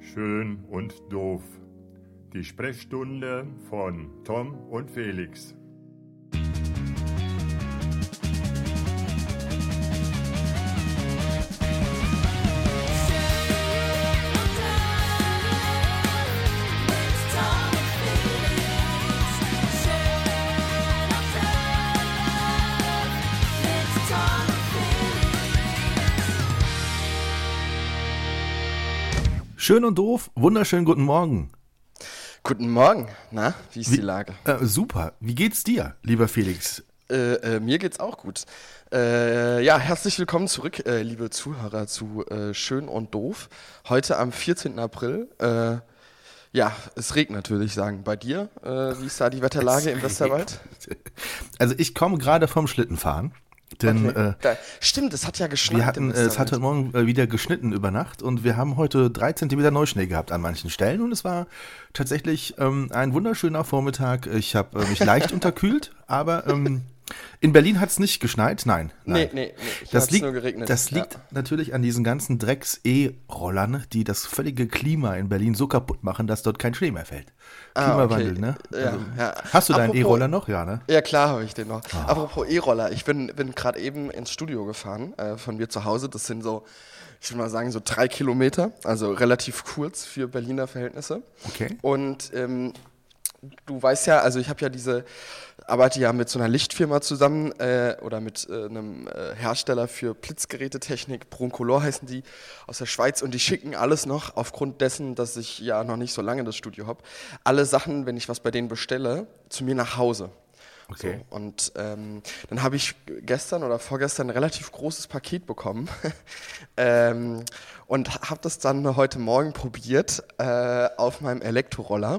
Schön und doof. Die Sprechstunde von Tom und Felix. Schön und doof, wunderschönen guten Morgen. Guten Morgen, na, wie ist die Lage? Super, wie geht's dir, lieber Felix? Mir geht's auch gut. Ja, herzlich willkommen zurück, liebe Zuhörer, zu Schön und Doof. Heute am 14. April. Ja, es regnet, würde ich sagen. Bei dir, wie ist da die Wetterlage im Westerwald? Also ich komme gerade vom Schlittenfahren. Denn, okay. Stimmt, es hat ja geschneit. Es hat heute Morgen wieder geschnitten über Nacht und wir haben heute 3 Zentimeter Neuschnee gehabt an manchen Stellen und es war tatsächlich ein wunderschöner Vormittag. Ich habe mich leicht unterkühlt, aber in Berlin hat es nicht geschneit, nein. Nee, das liegt, nur geregnet. Das liegt natürlich an diesen ganzen Drecks-E-Rollern, die das völlige Klima in Berlin so kaputt machen, dass dort kein Schnee mehr fällt. Klimawandel, okay. ne? Ja. Hast du deinen E-Roller noch? Ja, ne? Ja, klar habe ich den noch. Oh. Apropos E-Roller, ich bin gerade eben ins Studio gefahren, von mir zu Hause. Das sind so, ich würde mal sagen, so 3 Kilometer, also relativ kurz für Berliner Verhältnisse. Okay. Und du weißt ja, also ich arbeite ja mit so einer Lichtfirma zusammen oder mit einem Hersteller für Blitzgerätetechnik, Broncolor heißen die, aus der Schweiz, und die schicken alles noch, aufgrund dessen, dass ich ja noch nicht so lange das Studio habe, alle Sachen, wenn ich was bei denen bestelle, zu mir nach Hause. Okay. So, und dann habe ich gestern oder vorgestern ein relativ großes Paket bekommen und habe das dann heute Morgen probiert, auf meinem Elektroroller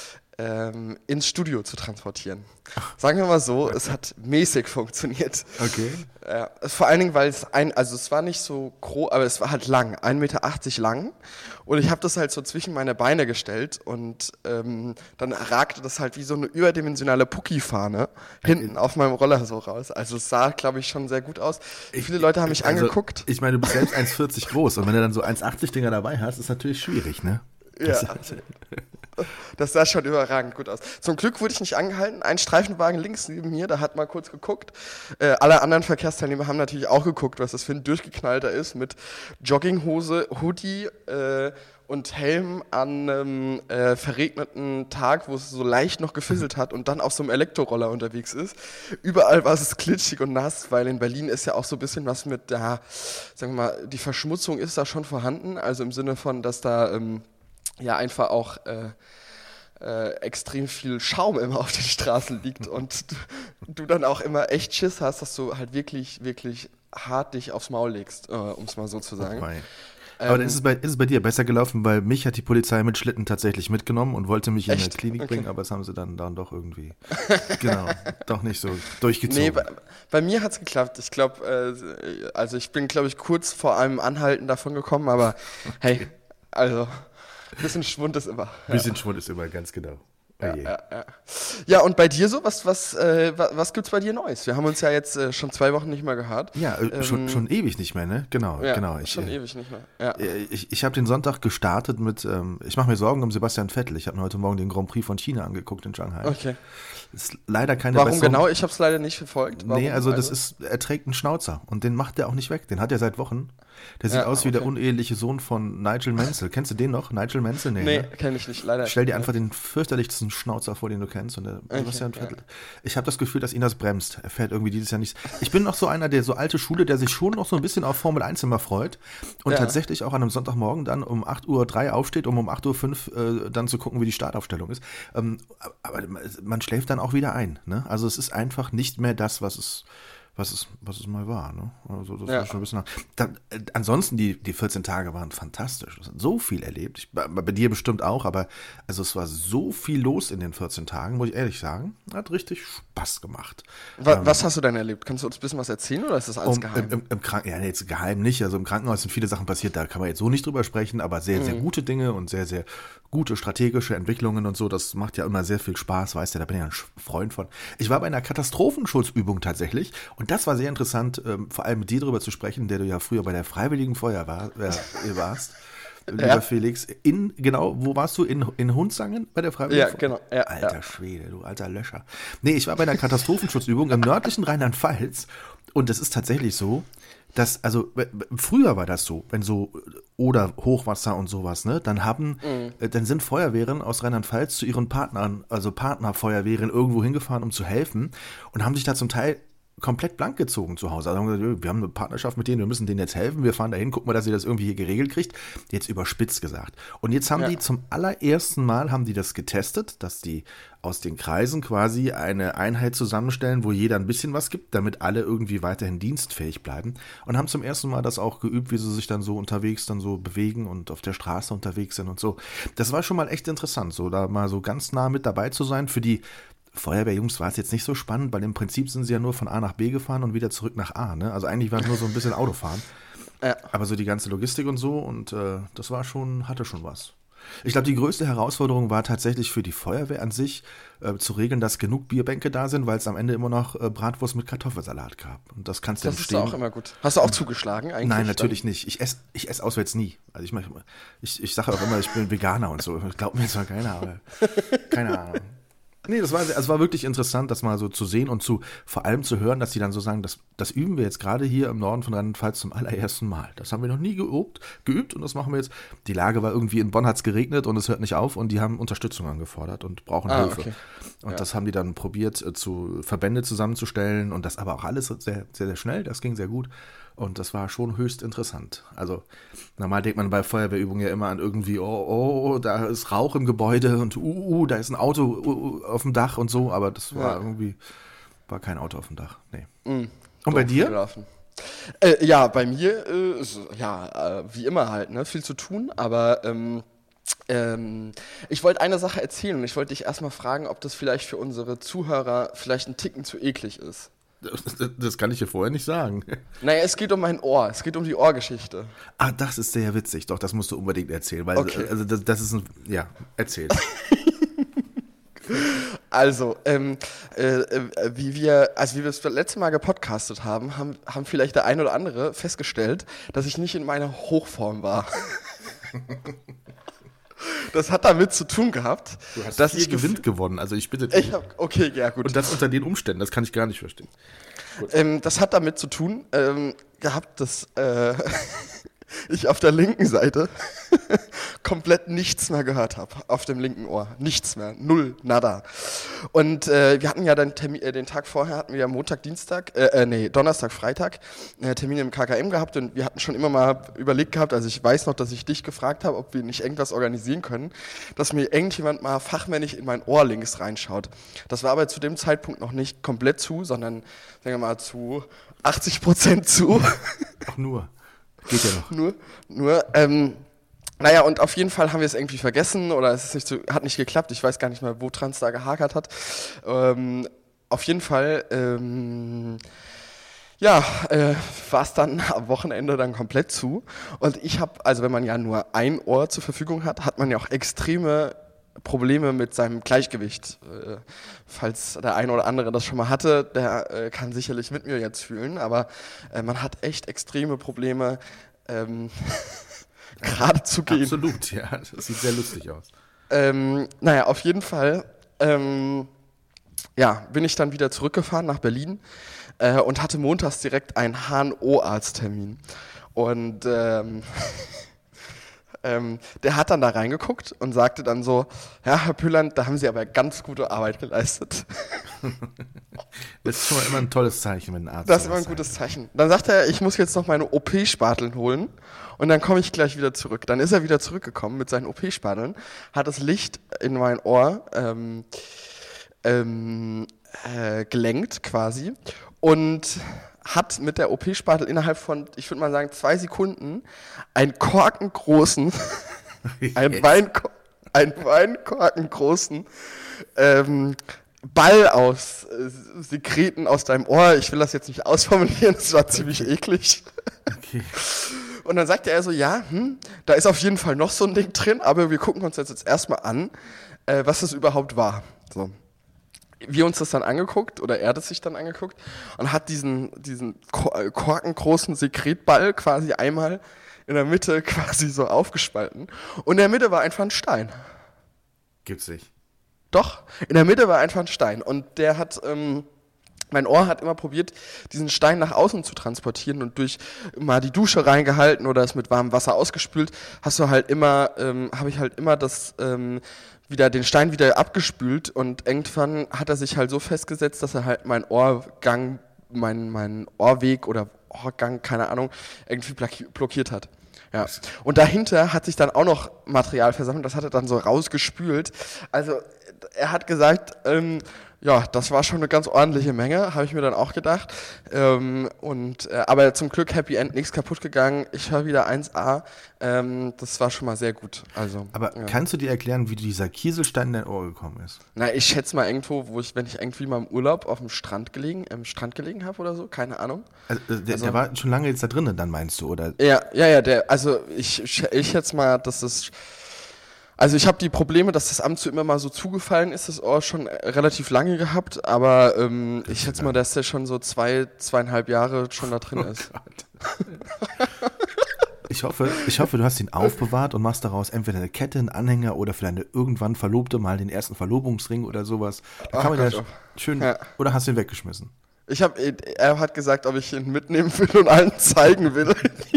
ins Studio zu transportieren. Sagen wir mal so, es hat mäßig funktioniert. Okay. Vor allen Dingen, weil es war nicht so groß, aber es war halt lang, 1,80 Meter lang, und ich habe das halt so zwischen meine Beine gestellt und dann ragte das halt wie so eine überdimensionale Pucki-Fahne hinten auf meinem Roller so raus. Also es sah, glaube ich, schon sehr gut aus. Viele Leute haben mich angeguckt. Ich meine, du bist selbst 1,40 groß und wenn du dann so 1,80 Dinger dabei hast, ist natürlich schwierig, ne? Ja. Das sah schon überragend gut aus. Zum Glück wurde ich nicht angehalten. Ein Streifenwagen links neben mir, da hat mal kurz geguckt. Alle anderen Verkehrsteilnehmer haben natürlich auch geguckt, was das für ein Durchgeknallter ist, mit Jogginghose, Hoodie und Helm an einem verregneten Tag, wo es so leicht noch gefisselt hat und dann auf so einem Elektroroller unterwegs ist. Überall war es glitschig und nass, weil in Berlin ist ja auch so ein bisschen was mit, sagen wir mal, die Verschmutzung ist da schon vorhanden. Also im Sinne von, dass da ja einfach auch extrem viel Schaum immer auf den Straßen liegt und du dann auch immer echt Schiss hast, dass du halt wirklich, wirklich hart dich aufs Maul legst, um es mal so zu sagen. Okay. Aber dann ist es bei dir besser gelaufen, weil mich hat die Polizei mit Schlitten tatsächlich mitgenommen und wollte mich in eine Klinik bringen, aber das haben sie dann doch irgendwie, doch nicht so durchgezogen. Nee, bei mir hat es geklappt. Ich glaube, also ich bin, glaube ich, kurz vor einem Anhalten davon gekommen, aber hey, also ein bisschen Schwund ist immer. Ein bisschen Schwund ist immer, ganz genau. Ja, und bei dir so? Was gibt's bei dir Neues? Wir haben uns ja jetzt schon 2 Wochen nicht mehr gehört. Ja, schon ewig nicht mehr, ne? Genau. Schon ewig nicht mehr. Ja. Ich habe den Sonntag gestartet mit, ich mache mir Sorgen um Sebastian Vettel. Ich habe mir heute Morgen den Grand Prix von China angeguckt in Shanghai. Okay. Ist leider keine Warum Besserung. genau? Ich habe es leider nicht verfolgt. Warum? Nee, also er trägt einen Schnauzer und den macht er auch nicht weg. Den hat er seit Wochen. Der sieht aus wie der uneheliche Sohn von Nigel Mansell. Kennst du den noch? Nigel Mansell? Nee, kenne ich nicht, leider. Stell dir einfach den fürchterlichsten Schnauzer vor, den du kennst. Und Sebastian Vettel. Ich habe das Gefühl, dass ihn das bremst. Er fährt irgendwie dieses Jahr nicht. Ich bin noch so einer, der so alte Schule, der sich schon noch so ein bisschen auf Formel 1 immer freut und tatsächlich auch an einem Sonntagmorgen dann um 8:03 Uhr aufsteht, um 8:05 Uhr dann zu gucken, wie die Startaufstellung ist. Aber man schläft dann auch wieder ein. Ne? Also es ist einfach nicht mehr das, was es mal war, ne? Also das war schon ein bisschen ansonsten die 14 Tage waren fantastisch. Es hat so viel erlebt. Bei dir bestimmt auch, aber also es war so viel los in den 14 Tagen, muss ich ehrlich sagen. Hat richtig Spaß gemacht. Was hast du denn erlebt? Kannst du uns ein bisschen was erzählen oder ist das alles geheim? Ja, jetzt geheim nicht. Also im Krankenhaus sind viele Sachen passiert, da kann man jetzt so nicht drüber sprechen, aber sehr, sehr gute Dinge und sehr, sehr gute strategische Entwicklungen und so. Das macht ja immer sehr viel Spaß, weißt du, da bin ich ja ein Freund von. Ich war bei einer Katastrophenschutzübung tatsächlich und das war sehr interessant, vor allem mit dir darüber zu sprechen, der du ja früher bei der Freiwilligen Feuerwehr warst. lieber Felix. Genau, wo warst du? In Hundsangen bei der Freiwilligen? Ja, genau. Ja, alter Schwede, du alter Löscher. Nee, ich war bei einer Katastrophenschutzübung im nördlichen Rheinland-Pfalz und es ist tatsächlich so, dass, also früher war das so, wenn so oder Hochwasser und sowas, ne, dann dann sind Feuerwehren aus Rheinland-Pfalz zu ihren Partnern, also Partnerfeuerwehren irgendwo hingefahren, um zu helfen und haben sich da zum Teil komplett blank gezogen zu Hause. Also haben gesagt, wir haben eine Partnerschaft mit denen, wir müssen denen jetzt helfen, wir fahren dahin, gucken mal, dass ihr das irgendwie hier geregelt kriegt. Jetzt überspitzt gesagt. Und jetzt haben die zum allerersten Mal haben die das getestet, dass die aus den Kreisen quasi eine Einheit zusammenstellen, wo jeder ein bisschen was gibt, damit alle irgendwie weiterhin dienstfähig bleiben. Und haben zum ersten Mal das auch geübt, wie sie sich dann so unterwegs dann so bewegen und auf der Straße unterwegs sind und so. Das war schon mal echt interessant, so da mal so ganz nah mit dabei zu sein. Für die Feuerwehrjungs war es jetzt nicht so spannend, weil im Prinzip sind sie ja nur von A nach B gefahren und wieder zurück nach A, ne? Also eigentlich war es nur so ein bisschen Autofahren. Ja. Aber so die ganze Logistik und so und das war hatte schon was. Ich glaube, die größte Herausforderung war tatsächlich für die Feuerwehr an sich, zu regeln, dass genug Bierbänke da sind, weil es am Ende immer noch Bratwurst mit Kartoffelsalat gab. Und das kannst du Das ist auch immer gut. Hast du auch zugeschlagen eigentlich? Nein, natürlich nicht. Ich ess auswärts nie. Also ich sage auch immer, ich bin Veganer und so. Glaubt mir zwar keiner, aber keine Ahnung. Nee, es war wirklich interessant, das mal so zu sehen und vor allem zu hören, dass die dann so sagen, das üben wir jetzt gerade hier im Norden von Rheinland-Pfalz zum allerersten Mal. Das haben wir noch nie geübt und das machen wir jetzt. Die Lage war irgendwie, in Bonn hat es geregnet und es hört nicht auf und die haben Unterstützung angefordert und brauchen Hilfe. Okay. Und das haben die dann probiert, zu Verbände zusammenzustellen und das aber auch alles sehr, sehr, sehr schnell, das ging sehr gut. Und das war schon höchst interessant. Also normal denkt man bei Feuerwehrübungen ja immer an irgendwie, oh, da ist Rauch im Gebäude und da ist ein Auto auf dem Dach und so, aber das war kein Auto auf dem Dach. Nee. Und bei dir? Ja, bei mir, wie immer halt, ne, viel zu tun, aber ich wollte eine Sache erzählen und ich wollte dich erstmal fragen, ob das vielleicht für unsere Zuhörer vielleicht ein Ticken zu eklig ist. Das kann ich dir vorher nicht sagen. Naja, es geht um mein Ohr. Es geht um die Ohrgeschichte. Ah, das ist sehr witzig. Doch, das musst du unbedingt erzählen. Weil, also das ist erzähl. Also, wie wir das letzte Mal gepodcastet haben vielleicht der ein oder andere festgestellt, dass ich nicht in meiner Hochform war. Das hat damit zu tun gehabt, du hast dass 4 Gewinn gewonnen, also ich bitte dich. Okay, ja gut. Und das unter den Umständen, das kann ich gar nicht verstehen. Das hat damit zu tun gehabt, dass ich auf der linken Seite komplett nichts mehr gehört habe, auf dem linken Ohr. Nichts mehr, null, nada. Und wir hatten ja den Tag vorher, hatten wir Donnerstag, Freitag, Termine im KKM gehabt und wir hatten schon immer mal überlegt gehabt, also ich weiß noch, dass ich dich gefragt habe, ob wir nicht irgendwas organisieren können, dass mir irgendjemand mal fachmännisch in mein Ohr links reinschaut. Das war aber zu dem Zeitpunkt noch nicht komplett zu, sondern, sagen wir mal, zu 80% zu. Ach nur. Geht ja noch. Nur, naja, und auf jeden Fall haben wir es irgendwie vergessen oder es ist hat nicht geklappt. Ich weiß gar nicht mehr, woran es da gehakert hat. Auf jeden Fall, war es dann am Wochenende dann komplett zu. Und ich habe, also wenn man ja nur ein Ohr zur Verfügung hat, hat man ja auch extreme Probleme mit seinem Gleichgewicht. Falls der eine oder andere das schon mal hatte, der kann sicherlich mit mir jetzt fühlen, aber man hat echt extreme Probleme, gerade zu gehen. Absolut, ja, das sieht sehr lustig aus. Naja, auf jeden Fall bin ich dann wieder zurückgefahren nach Berlin und hatte montags direkt einen HNO-Arzttermin. Und der hat dann da reingeguckt und sagte dann so, ja, Herr Pülland, da haben Sie aber ganz gute Arbeit geleistet. Das ist schon mal immer ein tolles Zeichen, wenn ein Arzt das ist immer ein gutes Zeichen. Dann sagt er, ich muss jetzt noch meine OP-Spateln holen und dann komme ich gleich wieder zurück. Dann ist er wieder zurückgekommen mit seinen OP-Spateln, hat das Licht in mein Ohr gelenkt quasi und hat mit der OP-Spatel innerhalb von, ich würde mal sagen, 2 Sekunden einen korkengroßen, einen weinkorkengroßen Ball aus Sekreten aus deinem Ohr. Ich will das jetzt nicht ausformulieren, das war ziemlich eklig. Okay. Und dann sagte er so, da ist auf jeden Fall noch so ein Ding drin, aber wir gucken uns das jetzt erstmal an, was das überhaupt war. So. Wir uns das dann angeguckt, oder er hat es sich dann angeguckt und hat diesen korkengroßen Sekretball quasi einmal in der Mitte quasi so aufgespalten. Und in der Mitte war einfach ein Stein. Gibt's nicht. Doch, in der Mitte war einfach ein Stein. Und der hat, mein Ohr hat immer probiert, diesen Stein nach außen zu transportieren und durch mal die Dusche reingehalten oder es mit warmem Wasser ausgespült, hast du halt immer, habe ich halt immer das, wieder den Stein wieder abgespült und irgendwann hat er sich halt so festgesetzt, dass er halt meinen Ohrgang, meinen Ohrweg oder Ohrgang, keine Ahnung, irgendwie blockiert hat. Ja. Und dahinter hat sich dann auch noch Material versammelt, das hat er dann so rausgespült. Also er hat gesagt, ja, das war schon eine ganz ordentliche Menge, habe ich mir dann auch gedacht. Aber zum Glück Happy End, nichts kaputt gegangen. Ich höre wieder 1A. Das war schon mal sehr gut. Also, aber kannst du dir erklären, wie dieser Kieselstein in dein Ohr gekommen ist? Na, ich schätze mal irgendwo, wenn ich irgendwie mal im Urlaub auf dem Strand gelegen habe oder so, keine Ahnung. Also, der war schon lange jetzt da drinnen, dann meinst du, oder? Ja, ich schätze mal, dass es... Also ich habe die Probleme, dass das Amzu immer mal so zugefallen ist, das Ohr schon relativ lange gehabt, aber ich schätze mal, dass der schon so 2,5 Jahre schon da drin ist. Ich hoffe, du hast ihn aufbewahrt und machst daraus entweder eine Kette, einen Anhänger oder für deine irgendwann Verlobte mal den ersten Verlobungsring oder sowas. Da kann man ja schön, oder hast du ihn weggeschmissen? Er hat gesagt, ob ich ihn mitnehmen will und allen zeigen will.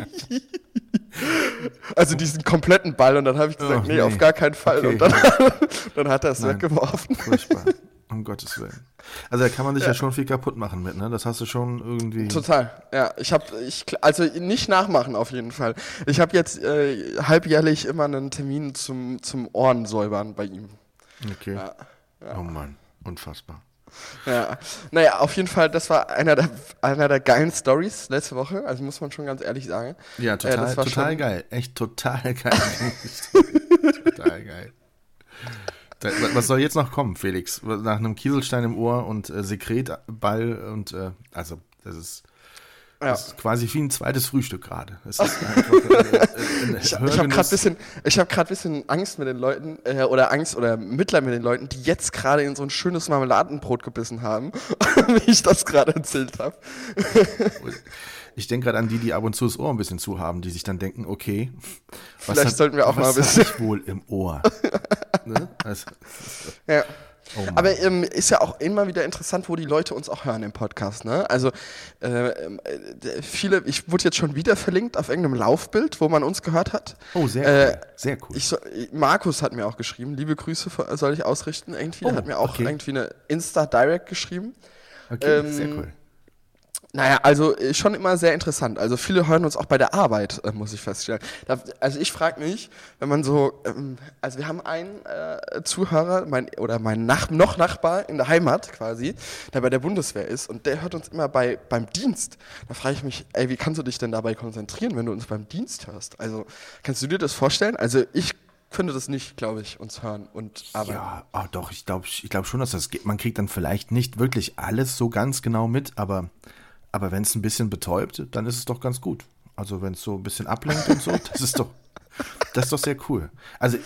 Also diesen kompletten Ball und dann habe ich gesagt, nee, auf gar keinen Fall. Okay. Und dann hat er es weggeworfen. Furchtbar, um Gottes Willen. Also da kann man sich ja schon viel kaputt machen mit, ne? Das hast du schon irgendwie... Total, ja. Also nicht nachmachen auf jeden Fall. Ich habe jetzt halbjährlich immer einen Termin zum Ohrensäubern bei ihm. Okay. Ja. Oh Mann, unfassbar. Ja, naja, auf jeden Fall, das war einer der geilen Stories letzte Woche, also muss man schon ganz ehrlich sagen. Ja, total geil, echt total geil. Total geil. Was soll jetzt noch kommen, Felix? Nach einem Kieselstein im Ohr und Sekretball und also das ist quasi wie ein zweites Frühstück gerade. Ich habe gerade ein bisschen Angst mit den Leuten oder Mitleid mit den Leuten, die jetzt gerade in so ein schönes Marmeladenbrot gebissen haben, wie ich das gerade erzählt habe. Ich denke gerade an die ab und zu das Ohr ein bisschen zu haben, die sich dann denken, okay, sollten wir auch mal ein bisschen. Was wohl im Ohr? Ne? Also, ja. Oh aber ist ja auch immer wieder interessant, wo die Leute uns auch hören im Podcast, ne? Also ich wurde jetzt schon wieder verlinkt auf irgendeinem Laufbild, wo man uns gehört hat. Oh, sehr cool. Markus hat mir auch geschrieben, liebe Grüße soll ich ausrichten irgendwie. Der hat mir auch irgendwie eine Insta-Direct geschrieben. Okay, sehr cool. Naja, also schon immer sehr interessant. Also viele hören uns auch bei der Arbeit, muss ich feststellen. Also ich frage mich, wenn man so, also wir haben einen Zuhörer, mein Nachbar in der Heimat quasi, der bei der Bundeswehr ist und der hört uns immer beim Dienst. Da frage ich mich, ey, wie kannst du dich denn dabei konzentrieren, wenn du uns beim Dienst hörst? Also kannst du dir das vorstellen? Also ich finde das nicht, glaube ich, uns hören und arbeiten. Ja, doch, ich glaube schon, dass das geht. Man kriegt dann vielleicht nicht wirklich alles so ganz genau mit, aber wenn es ein bisschen betäubt, dann ist es doch ganz gut. Also wenn es so ein bisschen ablenkt und so, das ist doch sehr cool. Also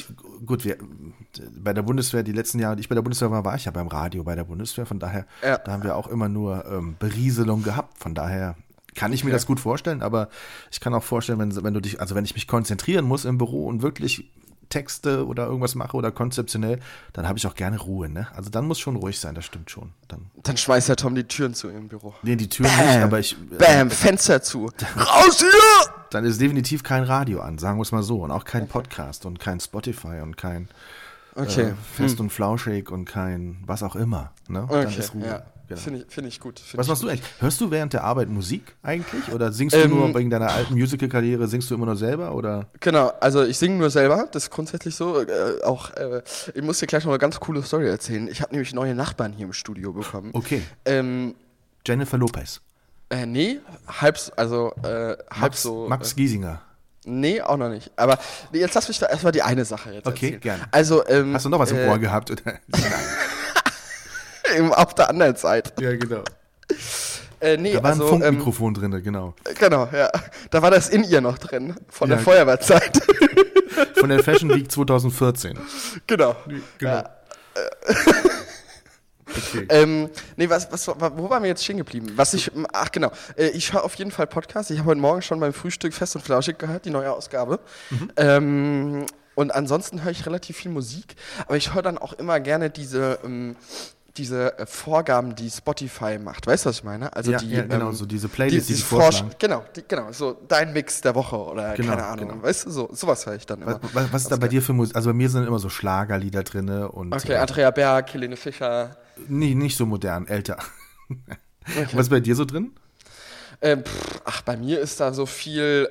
bei der Bundeswehr, die letzten Jahre, die ich bei der Bundeswehr war ich ja beim Radio bei der Bundeswehr, von daher, da haben wir auch immer nur Berieselung gehabt, von daher kann ich mir das gut vorstellen, aber ich kann auch vorstellen, wenn ich mich konzentrieren muss im Büro und wirklich Texte oder irgendwas mache oder konzeptionell, dann habe ich auch gerne Ruhe, ne? Also dann muss schon ruhig sein, das stimmt schon. Dann schmeißt der Tom die Türen zu im Büro. Nee, die Türen nicht, aber Fenster zu. Raus hier! Dann ist definitiv kein Radio an, sagen wir es mal so. Und auch kein Podcast und kein Spotify und kein Fest und Flauschig und kein was auch immer, ne? Okay, dann ist Ruhe. Ja. Genau. Finde ich gut. Was machst du eigentlich? Hörst du während der Arbeit Musik eigentlich? Oder singst du nur wegen deiner alten Musical-Karriere, singst du immer nur selber? Oder? Genau, also ich singe nur selber, das ist grundsätzlich so. Ich muss dir gleich noch eine ganz coole Story erzählen. Ich habe nämlich neue Nachbarn hier im Studio bekommen. Okay. Jennifer Lopez. Nee, halb so. Max Giesinger. Nee, auch noch nicht. Aber jetzt lass mich da erstmal die eine Sache jetzt erzählen. Okay, gerne. Also, hast du noch was im Ohr gehabt? Oder? Auf der anderen Seite. Ja, genau. Da war ein Funkmikrofon drin, genau. Genau, ja. Da war das in ihr noch drin, von der Feuerwehrzeit. Von der Fashion Week 2014. Genau. Ja. Okay. Nee, wo waren wir jetzt stehen geblieben? Ach genau, ich höre auf jeden Fall Podcasts. Ich habe heute Morgen schon beim Frühstück Fest und Flauschig gehört, die neue Ausgabe. Und ansonsten höre ich relativ viel Musik, aber ich höre dann auch immer gerne diese Vorgaben, die Spotify macht. Weißt du, was ich meine? Also genau, so diese Playlists, die vorschlagen. Genau, so dein Mix der Woche oder keine Ahnung. Genau. Weißt du, sowas höre ich dann immer. Was ist da bei dir für Musik? Also bei mir sind immer so Schlagerlieder drin und... Okay, Andrea Berg, Helene Fischer. Nicht so modern, älter. Okay. Was ist bei dir so drin? Bei mir ist da so viel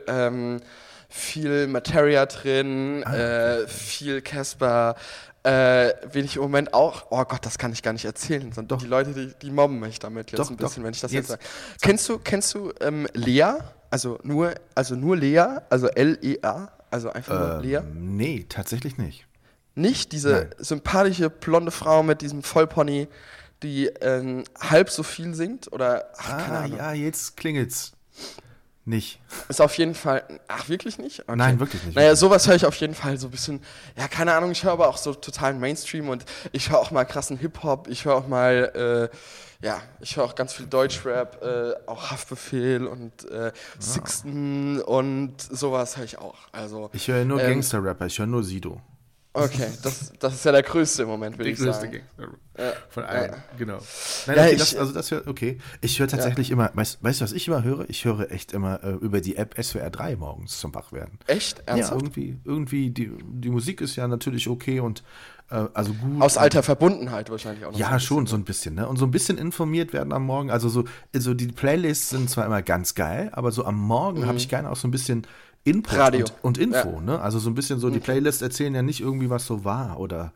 Materia drin, viel Casper, wen ich im Moment auch, oh Gott, das kann ich gar nicht erzählen, sondern die Leute, die mobben mich damit jetzt ein bisschen, wenn ich das jetzt sage. Kennst du Lea? Also nur Lea, also Lea, also einfach nur Lea? Nee, tatsächlich nicht. Nicht diese sympathische blonde Frau mit diesem Vollpony, die halb so viel singt oder keine Ahnung. Ja, jetzt klingelt's. Nicht. Ist auf jeden Fall, wirklich nicht? Okay. Nein, wirklich nicht. Naja, sowas höre ich auf jeden Fall so ein bisschen, ja, keine Ahnung, ich höre aber auch so totalen Mainstream und ich höre auch mal krassen Hip-Hop, ich höre auch mal, ich höre auch ganz viel Deutschrap, auch Haftbefehl und Sixten und sowas höre ich auch. Also, ich höre nur Gangster-Rapper, ich höre nur Sido. Okay, das ist ja der größte im Moment, würde ich sagen. Der größte Gangster von allen, genau. Nein, okay, ich höre tatsächlich immer, weißt du, was ich immer höre? Ich höre echt immer über die App SWR 3 morgens zum Wachwerden. Echt? Ernsthaft? Ja, irgendwie die Musik ist ja natürlich okay und also gut. Aus alter Verbundenheit wahrscheinlich auch noch. Ja, schon so ein bisschen, ne? Und so ein bisschen informiert werden am Morgen. Also so die Playlists sind zwar immer ganz geil, aber so am Morgen habe ich gerne auch so ein bisschen Input Radio. Und Info, ne? Also so ein bisschen so, die Playlists erzählen ja nicht irgendwie, was so war oder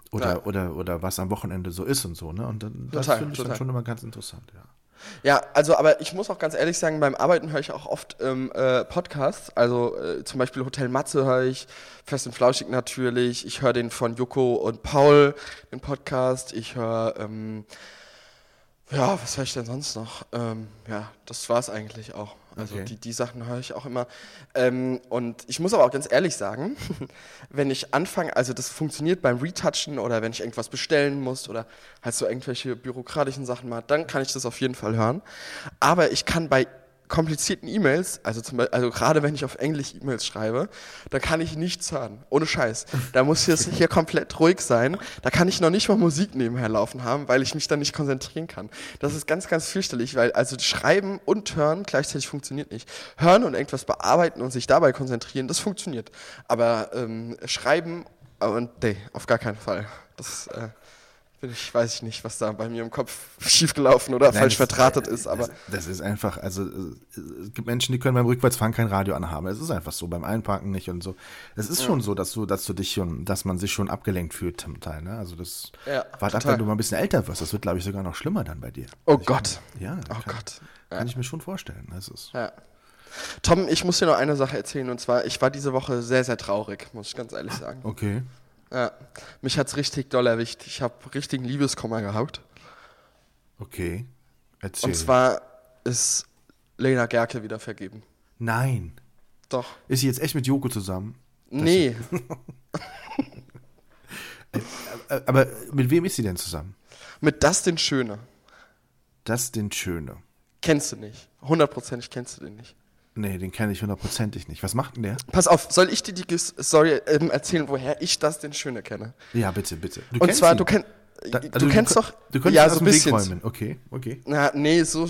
was am Wochenende so ist und so, ne? Und das finde ich dann schon immer ganz interessant, ja. Ja, also, aber ich muss auch ganz ehrlich sagen, beim Arbeiten höre ich auch oft Podcasts, also zum Beispiel Hotel Matze höre ich, Fest und Flauschig natürlich, ich höre den von Joko und Paul, den Podcast, ich höre, was höre ich denn sonst noch? Das war's eigentlich auch. Also okay. die Sachen höre ich auch immer. Und ich muss aber auch ganz ehrlich sagen, wenn ich anfange, also das funktioniert beim Retouchen oder wenn ich irgendwas bestellen muss oder halt so irgendwelche bürokratischen Sachen mal, dann kann ich das auf jeden Fall hören. Aber ich kann bei komplizierten E-Mails, also gerade wenn ich auf Englisch E-Mails schreibe, da kann ich nichts hören, ohne Scheiß. Da muss jetzt hier komplett ruhig sein, da kann ich noch nicht mal Musik nebenher laufen haben, weil ich mich dann nicht konzentrieren kann. Das ist ganz, ganz fürchterlich, weil also Schreiben und Hören gleichzeitig funktioniert nicht. Hören und irgendwas bearbeiten und sich dabei konzentrieren, das funktioniert. Aber Schreiben, nee, auf gar keinen Fall. Das weiß ich nicht, was da bei mir im Kopf schiefgelaufen oder falsch verdrahtet ist, aber... Das ist einfach, also es gibt Menschen, die können beim Rückwärtsfahren kein Radio anhaben. Es ist einfach so, beim Einparken nicht und so. Es ist schon so, dass man sich schon abgelenkt fühlt zum Teil, ne? Also das wart ab, wenn du mal ein bisschen älter wirst. Das wird, glaube ich, sogar noch schlimmer dann bei dir. Oh Gott. Kann ich mir schon vorstellen. Das ist Tom, ich muss dir noch eine Sache erzählen und zwar, ich war diese Woche sehr, sehr traurig, muss ich ganz ehrlich sagen. Okay. Ja, mich hat's richtig doll erwischt. Ich habe richtigen Liebeskummer gehabt. Okay, erzähl. Und zwar ist Lena Gerke wieder vergeben. Nein. Doch. Ist sie jetzt echt mit Joko zusammen? Nee. Aber mit wem ist sie denn zusammen? Mit Dustin Schöne. Dustin Schöne. Kennst du nicht. 100% kennst du den nicht. Nee, den kenne ich 100%ig nicht. Was macht denn der? Pass auf, soll ich dir die Story erzählen, woher ich Dustin Schöne kenne? Ja, bitte. Und zwar, du kennst doch... Du könntest ja, so ein Weg bisschen. räumen. Okay. Na, nee, so...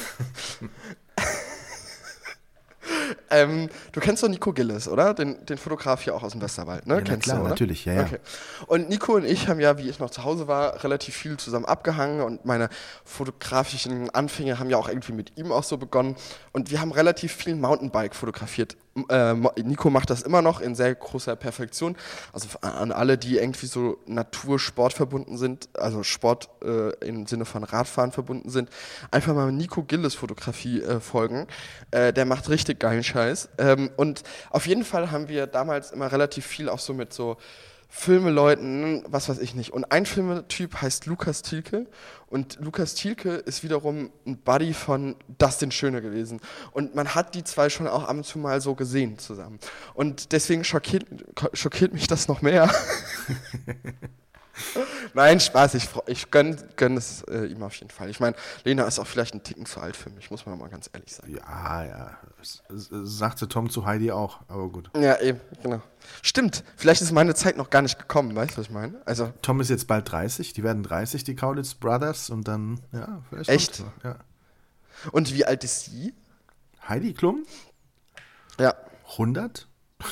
Du kennst doch Nico Gillis, oder? Den Fotograf hier auch aus dem Westerwald, ne? Ja, kennst klar, du, oder? Natürlich, ja. Okay. Und Nico und ich haben ja, wie ich noch zu Hause war, relativ viel zusammen abgehangen und meine fotografischen Anfänge haben ja auch irgendwie mit ihm auch so begonnen und wir haben relativ viel Mountainbike fotografiert. Nico macht das immer noch in sehr großer Perfektion, also an alle, die irgendwie so Natur-Sport verbunden sind, also Sport im Sinne von Radfahren verbunden sind, einfach mal Nico Gillis Fotografie folgen, der macht richtig geilen Scheiß und auf jeden Fall haben wir damals immer relativ viel auch so mit so Filmeleuten, was weiß ich nicht. Und ein Filmetyp heißt Lukas Thielke. Und Lukas Thielke ist wiederum ein Buddy von Dustin Schöne gewesen. Und man hat die zwei schon auch ab und zu mal so gesehen zusammen. Und deswegen schockiert mich das noch mehr. Nein, Spaß, ich gönn es ihm auf jeden Fall. Ich meine, Lena ist auch vielleicht ein Ticken zu alt für mich, muss man mal ganz ehrlich sagen. Ja. Sagte Tom zu Heidi auch, aber gut. Ja, eben, genau. Stimmt, vielleicht ist meine Zeit noch gar nicht gekommen, weißt du, was ich meine? Also, Tom ist jetzt bald 30, die werden 30, die Kaulitz Brothers, und dann, ja, vielleicht. Echt? kommt's noch, ja. und wie alt ist sie? Heidi Klum? Ja. 100?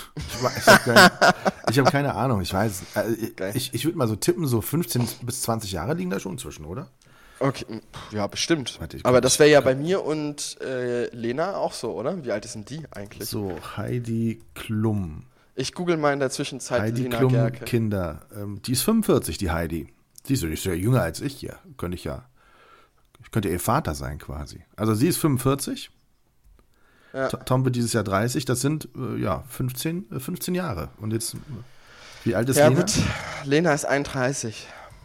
Ich habe keine Ahnung, ich weiß. Ich würde mal so tippen, so 15 bis 20 Jahre liegen da schon zwischen, oder? Okay, ja, bestimmt. Warte, Aber das wäre ja bei mir und Lena auch so, oder? Wie alt sind die eigentlich? So, Heidi Klum. Ich google mal in der Zwischenzeit Heidi Lena Klum, Gerke. Kinder. Die ist 45, die Heidi. Die ist ja jünger als ich hier. Ich könnte ihr Vater sein quasi. Also sie ist 45. Ja. Tom wird dieses Jahr 30. Das sind, 15 Jahre. Und jetzt, wie alt ist Ja Lena? gut, Lena ist 31.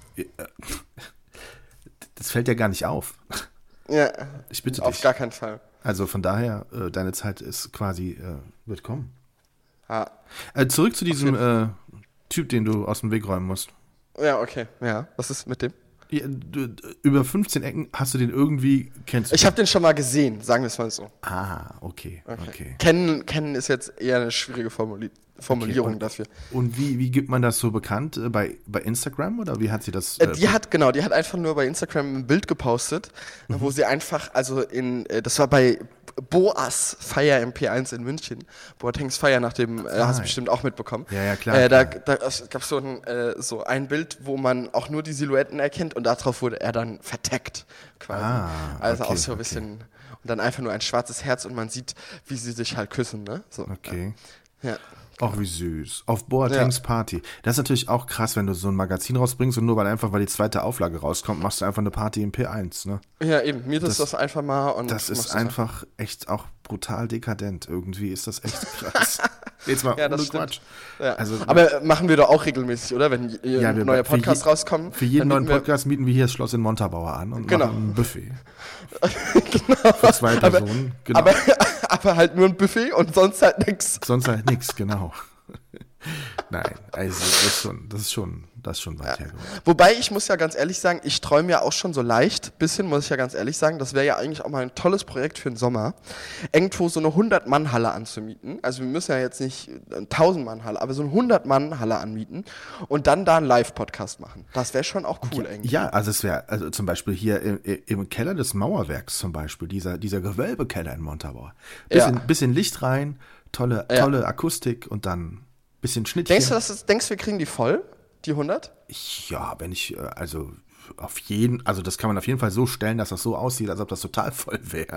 Das fällt ja gar nicht auf. Ja, Ich bitte auf dich. gar keinen Fall. Also von daher, deine Zeit ist quasi, wird kommen. Ah. Zurück zu diesem Typ, den du aus dem Weg räumen musst. Ja, okay. Ja, was ist mit dem? Ja, über 15 Ecken hast du den irgendwie, kennst du? Ich habe den schon mal gesehen, sagen wir es mal so. Okay. Kennen ist jetzt eher eine schwierige Formulierung und- dafür. Und wie gibt man das so bekannt? Bei Instagram oder wie hat sie das? Die hat einfach nur bei Instagram ein Bild gepostet, wo sie einfach, das war bei Boas Feier im P1 in München. Boatengs Feier nach dem, hast du bestimmt auch mitbekommen. Ja, klar. Da gab es so ein Bild, wo man auch nur die Silhouetten erkennt und darauf wurde er dann vertaggt quasi. Also okay, auch so ein bisschen, und dann einfach nur ein schwarzes Herz und man sieht, wie sie sich halt küssen, ne? So. Okay. Ja. Ach, wie süß. Auf Boatengs Party. Das ist natürlich auch krass, wenn du so ein Magazin rausbringst und nur weil die zweite Auflage rauskommt, machst du einfach eine Party im P1, ne? Ja, eben. Mir ist das einfach mal. Und Das ist einfach echt auch brutal dekadent. Irgendwie ist das echt krass. Jetzt mal Ja, das ohne stimmt. Quatsch. Ja. Also, Aber machen wir doch auch regelmäßig, oder? Wenn neue für Podcasts rauskommen. Für jeden dann neuen Podcast mieten wir hier das Schloss in Montabaur an und Genau. machen ein Buffet. Für 2 Personen. Genau. Aber halt nur ein Buffet und sonst halt nix. Sonst halt nichts, genau. Nein, also das ist schon weit hergeholt. Wobei, ich muss ja ganz ehrlich sagen, ich träume ja auch schon so leicht, bisschen, muss ich ja ganz ehrlich sagen, das wäre ja eigentlich auch mal ein tolles Projekt für den Sommer, irgendwo so eine 100-Mann-Halle anzumieten. Also wir müssen ja jetzt nicht eine 1000-Mann-Halle, aber so eine 100-Mann-Halle anmieten und dann da einen Live-Podcast machen. Das wäre schon auch cool irgendwie. Ja, also es wäre, also zum Beispiel hier im Keller des Mauerwerks zum Beispiel, dieser Gewölbekeller in Montabaur. Bisschen Licht rein, tolle Akustik und dann bisschen Schnittchen. Denkst du, wir kriegen die voll, die 100? Ja, also das kann man auf jeden Fall so stellen, dass das so aussieht, als ob das total voll wäre.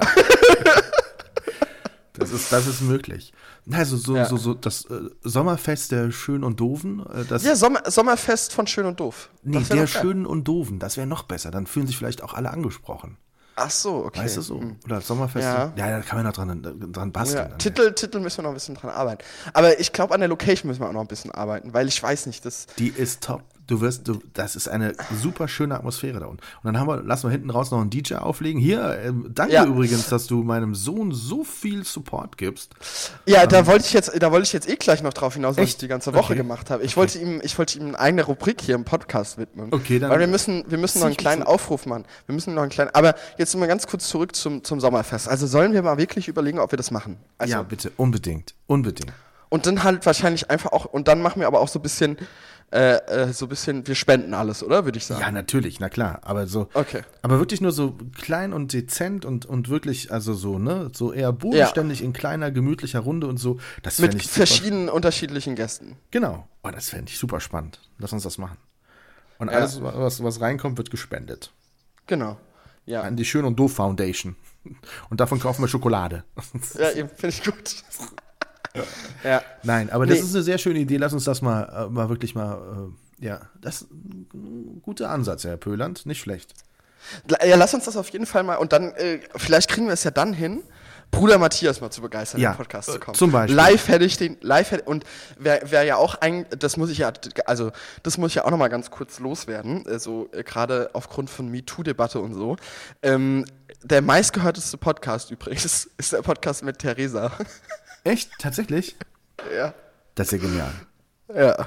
Das ist möglich. Also so das Sommerfest der Schön und Doofen. Sommerfest von Schön und Doof. Nee, der Schönen und Doofen, das wäre noch besser. Dann fühlen sich vielleicht auch alle angesprochen. Ach so, okay. Weißt du so? Oder Sommerfest. Ja. Da kann man noch dran basteln. Ja, Titel müssen wir noch ein bisschen dran arbeiten. Aber ich glaube, an der Location müssen wir auch noch ein bisschen arbeiten, weil ich weiß nicht, Die ist top. Das ist eine super schöne Atmosphäre da unten. Und dann lassen wir hinten raus noch einen DJ auflegen. Hier, danke übrigens, dass du meinem Sohn so viel Support gibst. Ja, da wollte ich jetzt gleich noch drauf hinaus, was ich die ganze Woche gemacht habe. Ich wollte ihm eine eigene Rubrik hier im Podcast widmen. Okay, dann. Weil wir müssen noch einen kleinen Aufruf machen. Aber jetzt mal ganz kurz zurück zum Sommerfest. Also sollen wir mal wirklich überlegen, ob wir das machen? Also, ja, bitte, unbedingt. Und dann halt wahrscheinlich einfach auch, und dann machen wir aber auch so ein bisschen, wir spenden alles, oder? Würde ich sagen. Ja, natürlich, na klar. Aber Okay. Aber wirklich nur so klein und dezent und wirklich, also so, ne, so eher bodenständig in kleiner, gemütlicher Runde und so. Das Mit ich verschiedenen unterschiedlichen Gästen. Genau. Oh, das fände ich super spannend. Lass uns das machen. Und alles, was reinkommt, wird gespendet. Genau. Ja. An die Schön und Doof Foundation. Und davon kaufen wir Schokolade. Ja, eben, finde ich gut. Ja. Nein, aber das ist eine sehr schöne Idee. Lass uns das mal wirklich mal, das ist ein guter Ansatz, Herr Pöland. Nicht schlecht. Ja, lass uns das auf jeden Fall mal, und dann, vielleicht kriegen wir es ja dann hin, Bruder Matthias mal zu begeistern, in den Podcast zu kommen. Zum Beispiel. Und wer ja auch das muss ich ja auch nochmal ganz kurz loswerden, gerade aufgrund von MeToo-Debatte und so. Der meistgehörteste Podcast übrigens ist der Podcast mit Theresa. Echt? Tatsächlich? Ja. Das ist ja genial. Ja.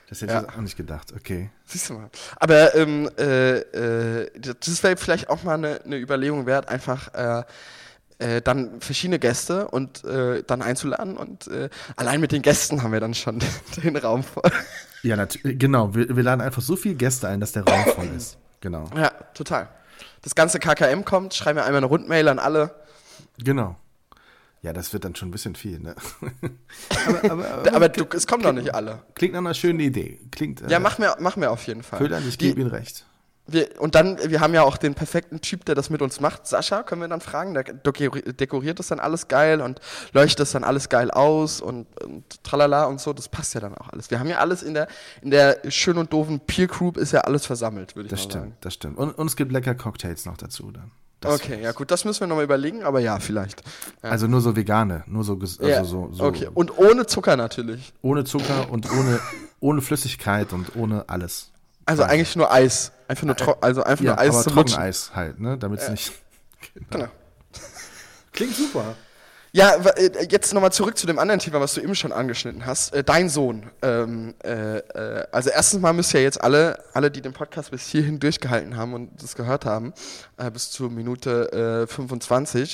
Das hätte ich auch nicht gedacht, okay. Siehst du mal. Aber das wäre vielleicht auch mal eine Überlegung wert, einfach dann verschiedene Gäste und dann einzuladen. Und allein mit den Gästen haben wir dann schon den Raum voll. Ja, genau. Wir laden einfach so viele Gäste ein, dass der Raum voll ist. Genau. Ja, total. Das ganze KKM kommt, schreiben wir einmal eine Rundmail an alle. Genau. Ja, das wird dann schon ein bisschen viel, ne? aber es kommen doch nicht alle. Klingt nach einer schönen Idee. Ja, mach mir auf jeden Fall. Köhler, ich gebe Ihnen recht. Wir haben ja auch den perfekten Typ, der das mit uns macht. Sascha, können wir dann fragen, der dekoriert das dann alles geil und leuchtet das dann alles geil aus und tralala und so. Das passt ja dann auch alles. Wir haben ja alles in der schön und doofen Peer Group ist ja alles versammelt, würde ich mal sagen. Das stimmt. Und es gibt lecker Cocktails noch dazu dann. Okay, ja gut, das müssen wir nochmal überlegen, aber ja, vielleicht. Ja. Also nur so vegane, so. Okay, und ohne Zucker natürlich. Ohne Zucker und ohne Flüssigkeit und ohne alles. Also eigentlich nur Eis. Einfach nur nur Eis zum Lutschen. Trockeneis halt, ne? Damit es nicht. Genau. Klingt super. Ja, jetzt nochmal zurück zu dem anderen Thema, was du eben schon angeschnitten hast. Dein Sohn. Also erstens mal müsst ihr jetzt alle, die den Podcast bis hierhin durchgehalten haben und das gehört haben, bis zur Minute 25,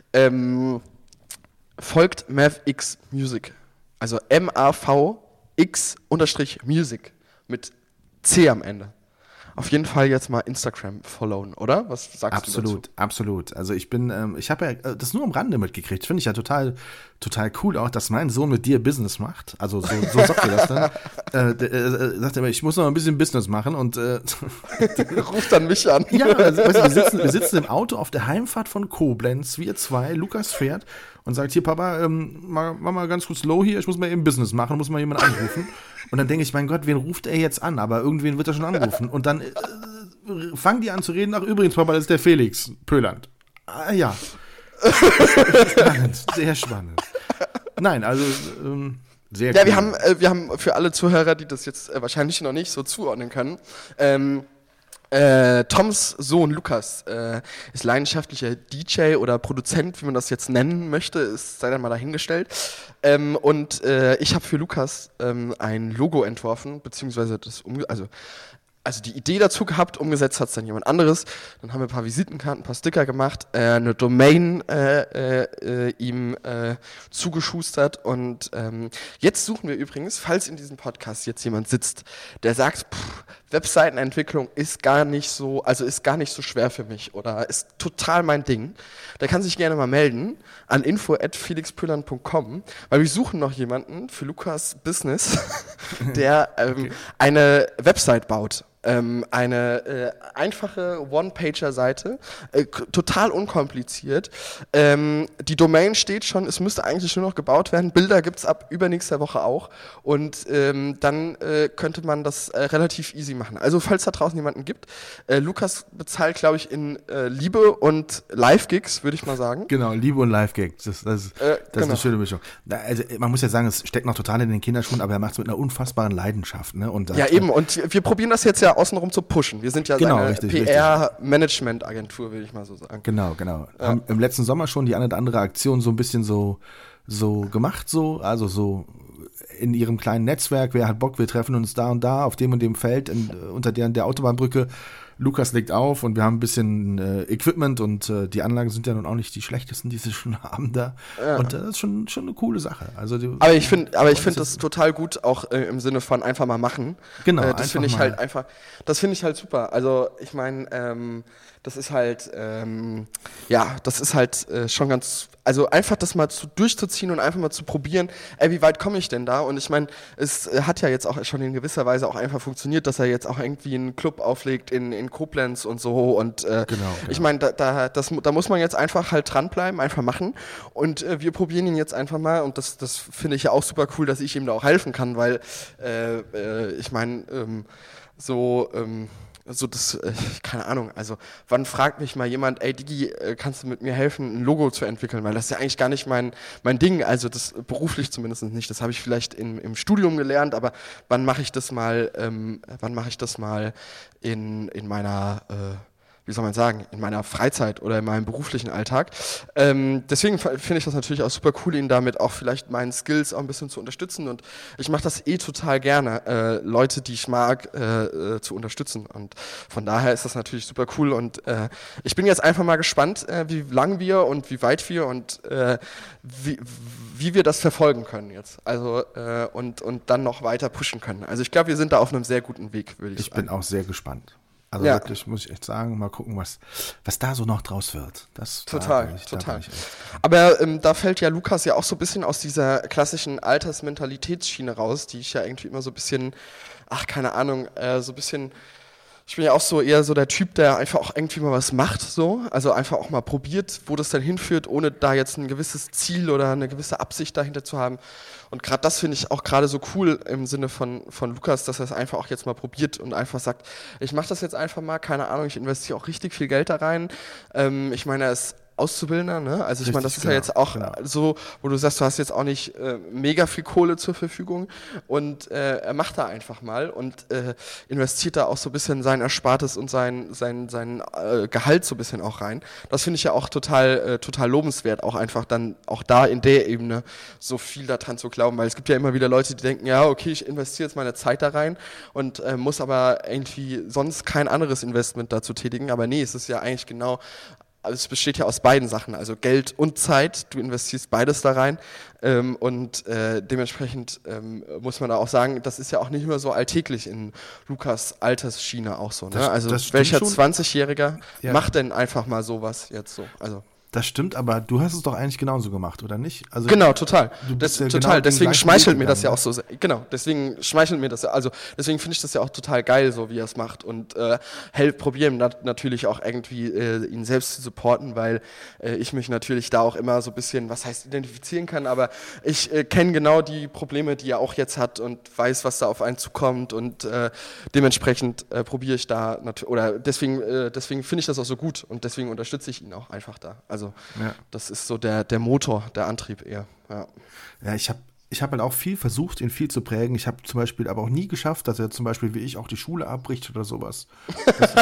folgt MavX Music. Also MAVX_Music mit C am Ende. Auf jeden Fall jetzt mal Instagram followen, oder? Was sagst du dazu? Absolut. Also ich habe ja das nur am Rande mitgekriegt. Finde ich ja total cool auch, dass mein Sohn mit dir Business macht. Also so sagt er das dann. Sagt er, ich muss noch ein bisschen Business machen und ruft dann mich an. Ja, also, weißt du, wir sitzen im Auto auf der Heimfahrt von Koblenz, wir zwei, Lukas fährt und sagt, hier Papa, mach mal ganz kurz low hier, ich muss mal eben Business machen, muss mal jemand anrufen. Und dann denke ich, mein Gott, wen ruft er jetzt an? Aber irgendwen wird er schon anrufen. Und dann fangen die an zu reden. Ach, übrigens, Papa, das ist der Felix Pöland. Ah, ja. Spannend, sehr spannend. Nein, also sehr ja, cool. Wir haben für alle Zuhörer, die das jetzt wahrscheinlich noch nicht so zuordnen können, Toms Sohn Lukas ist leidenschaftlicher DJ oder Produzent, wie man das jetzt nennen möchte, sei dann mal dahingestellt. Und ich habe für Lukas ein Logo entworfen, beziehungsweise also die Idee dazu gehabt, umgesetzt hat es dann jemand anderes. Dann haben wir ein paar Visitenkarten, ein paar Sticker gemacht, eine Domain ihm zugeschustert und jetzt suchen wir übrigens, falls in diesem Podcast jetzt jemand sitzt, der sagt, Webseitenentwicklung ist gar nicht so schwer für mich oder ist total mein Ding, der kann sich gerne mal melden an info@felixpöllern.com, weil wir suchen noch jemanden für Lukas Business, der eine Website baut. Eine einfache One-Pager-Seite, total unkompliziert. Die Domain steht schon, es müsste eigentlich nur noch gebaut werden. Bilder gibt's ab übernächster Woche auch. Und dann könnte man das relativ easy machen. Also falls da draußen jemanden gibt, Lukas bezahlt, glaube ich, in Liebe und Live-Gigs, würde ich mal sagen. Genau, Liebe und Live-Gigs. Das ist eine schöne Mischung. Also man muss ja sagen, es steckt noch total in den Kinderschuhen, aber er macht es mit einer unfassbaren Leidenschaft. Ne? Und ja, eben. Und wir probieren das jetzt ja außenrum zu pushen. Wir sind ja eine PR-Management-Agentur, würde ich mal so sagen. Genau. Ja. Haben im letzten Sommer schon die eine oder andere Aktion so ein bisschen so gemacht, also so in ihrem kleinen Netzwerk, wer hat Bock, wir treffen uns da und da auf dem und dem Feld unter der Autobahnbrücke. Lukas legt auf und wir haben ein bisschen Equipment und die Anlagen sind ja nun auch nicht die schlechtesten, die sie schon haben da. Ja. Und das ist schon eine coole Sache. Also aber ich finde das total gut, auch im Sinne von einfach mal machen. Genau. Das finde ich halt super. Also ich meine, das ist halt schon ganz, also einfach das mal durchzuziehen und einfach mal zu probieren, wie weit komme ich denn da? Und ich meine, es hat ja jetzt auch schon in gewisser Weise auch einfach funktioniert, dass er jetzt auch irgendwie einen Club auflegt in Koblenz und so und genau. Ich meine, da muss man jetzt einfach halt dranbleiben, einfach machen und wir probieren ihn jetzt einfach mal und das finde ich ja auch super cool, dass ich ihm da auch helfen kann, weil ich meine, keine Ahnung, also wann fragt mich mal jemand, ey Digi, kannst du mit mir helfen, ein Logo zu entwickeln, weil das ist ja eigentlich gar nicht mein Ding, also das beruflich zumindest nicht, das habe ich vielleicht im Studium gelernt, aber wann mache ich das mal in meiner wie soll man sagen, in meiner Freizeit oder in meinem beruflichen Alltag. Deswegen finde ich das natürlich auch super cool, ihn damit auch vielleicht meinen Skills auch ein bisschen zu unterstützen und ich mache das total gerne, Leute, die ich mag, zu unterstützen und von daher ist das natürlich super cool und ich bin jetzt einfach mal gespannt, wie lang wir und wie weit wir und wie wir das verfolgen können jetzt, also und dann noch weiter pushen können. Also ich glaube, wir sind da auf einem sehr guten Weg, würde ich sagen. Ich bin auch sehr gespannt. Also wirklich, muss ich echt sagen, mal gucken, was da so noch draus wird. Total. Aber da fällt ja Lukas ja auch so ein bisschen aus dieser klassischen Altersmentalitätsschiene raus, die ich ja irgendwie immer so ein bisschen, keine Ahnung, so ein bisschen, ich bin ja auch so eher so der Typ, der einfach auch irgendwie mal was macht, so, also einfach auch mal probiert, wo das dann hinführt, ohne da jetzt ein gewisses Ziel oder eine gewisse Absicht dahinter zu haben. Und gerade das finde ich auch gerade so cool im Sinne von Lukas, dass er es einfach auch jetzt mal probiert und einfach sagt, ich mache das jetzt einfach mal, keine Ahnung, ich investiere auch richtig viel Geld da rein. Ich meine, er ist Auszubildender, ne? Also ich meine, das ist ja jetzt auch so, wo du sagst, du hast jetzt auch nicht mega viel Kohle zur Verfügung und er macht da einfach mal und investiert da auch so ein bisschen sein Erspartes und sein Gehalt so ein bisschen auch rein. Das finde ich ja auch total lobenswert, auch einfach dann auch da in der Ebene so viel daran zu glauben, weil es gibt ja immer wieder Leute, die denken, ja, okay, ich investiere jetzt meine Zeit da rein und muss aber irgendwie sonst kein anderes Investment dazu tätigen, aber nee, es ist ja eigentlich genau. Also es besteht ja aus beiden Sachen, also Geld und Zeit, du investierst beides da rein und dementsprechend muss man da auch sagen, das ist ja auch nicht immer so alltäglich in Lukas Altersschiene auch so. Ne? Also welcher 20-Jähriger macht denn einfach mal sowas jetzt so? Also das stimmt, aber du hast es doch eigentlich genauso gemacht, oder nicht? Also genau, total. Deswegen schmeichelt mir das ja auch so sehr. Genau, deswegen schmeichelt mir das ja. Also deswegen finde ich das ja auch total geil, so wie er es macht. Und probiere natürlich auch irgendwie ihn selbst zu supporten, weil ich mich natürlich da auch immer so ein bisschen, was heißt identifizieren kann, aber ich kenne genau die Probleme, die er auch jetzt hat und weiß, was da auf einen zukommt und dementsprechend probiere ich da oder deswegen finde ich das auch so gut und deswegen unterstütze ich ihn auch einfach da. Also das ist so der Motor, der Antrieb eher. Ja, ich hab halt auch viel versucht, ihn viel zu prägen. Ich habe zum Beispiel aber auch nie geschafft, dass er zum Beispiel wie ich auch die Schule abbricht oder sowas. Das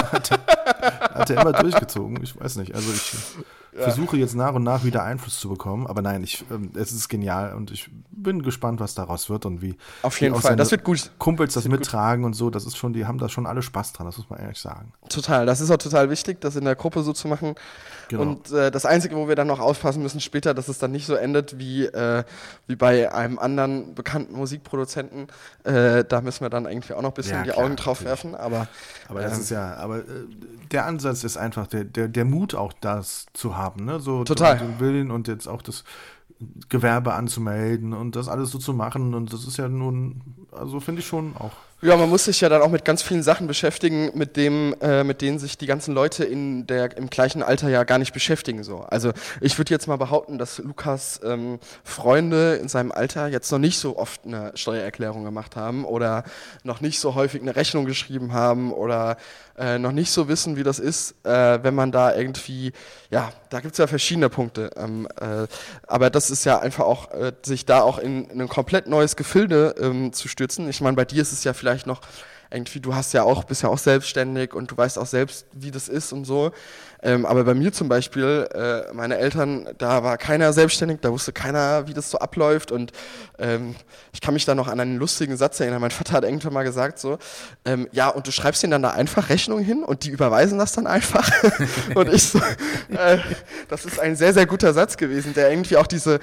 hat er immer durchgezogen. Ich weiß nicht. Also ich versuche jetzt nach und nach wieder Einfluss zu bekommen. Aber nein, es ist genial und ich bin gespannt, was daraus wird und wie. Auf jeden Fall, das wird gut. Kumpels das mittragen und so. Das ist schon, die haben da schon alle Spaß dran, das muss man ehrlich sagen. Total, das ist auch total wichtig, das in der Gruppe so zu machen. Genau. Und das Einzige, wo wir dann noch aufpassen müssen später, dass es dann nicht so endet wie bei einem anderen bekannten Musikproduzenten. Da müssen wir dann irgendwie auch noch ein bisschen die Augen drauf werfen. Aber das ist der Ansatz ist einfach der Mut auch, das zu haben. Ne? So total. Den Willen und jetzt auch das Gewerbe anzumelden und das alles so zu machen. Und das ist ja nun, also finde ich schon auch. Ja, man muss sich ja dann auch mit ganz vielen Sachen beschäftigen, mit denen sich die ganzen Leute im gleichen Alter ja gar nicht beschäftigen. So. Also ich würde jetzt mal behaupten, dass Lukas Freunde in seinem Alter jetzt noch nicht so oft eine Steuererklärung gemacht haben oder noch nicht so häufig eine Rechnung geschrieben haben oder noch nicht so wissen, wie das ist, wenn man da irgendwie, da gibt es ja verschiedene Punkte. Aber das ist ja einfach auch, sich da auch in ein komplett neues Gefilde zu stürzen. Ich meine, bei dir ist es ja vielleicht noch irgendwie, bist ja auch selbstständig und du weißt auch selbst, wie das ist und so. Aber bei mir zum Beispiel, meine Eltern, da war keiner selbstständig, da wusste keiner, wie das so abläuft und ich kann mich da noch an einen lustigen Satz erinnern. Mein Vater hat irgendwann mal gesagt so, und du schreibst denen dann da einfach Rechnungen hin und die überweisen das dann einfach. Und ich so, das ist ein sehr, sehr guter Satz gewesen, der irgendwie auch diese,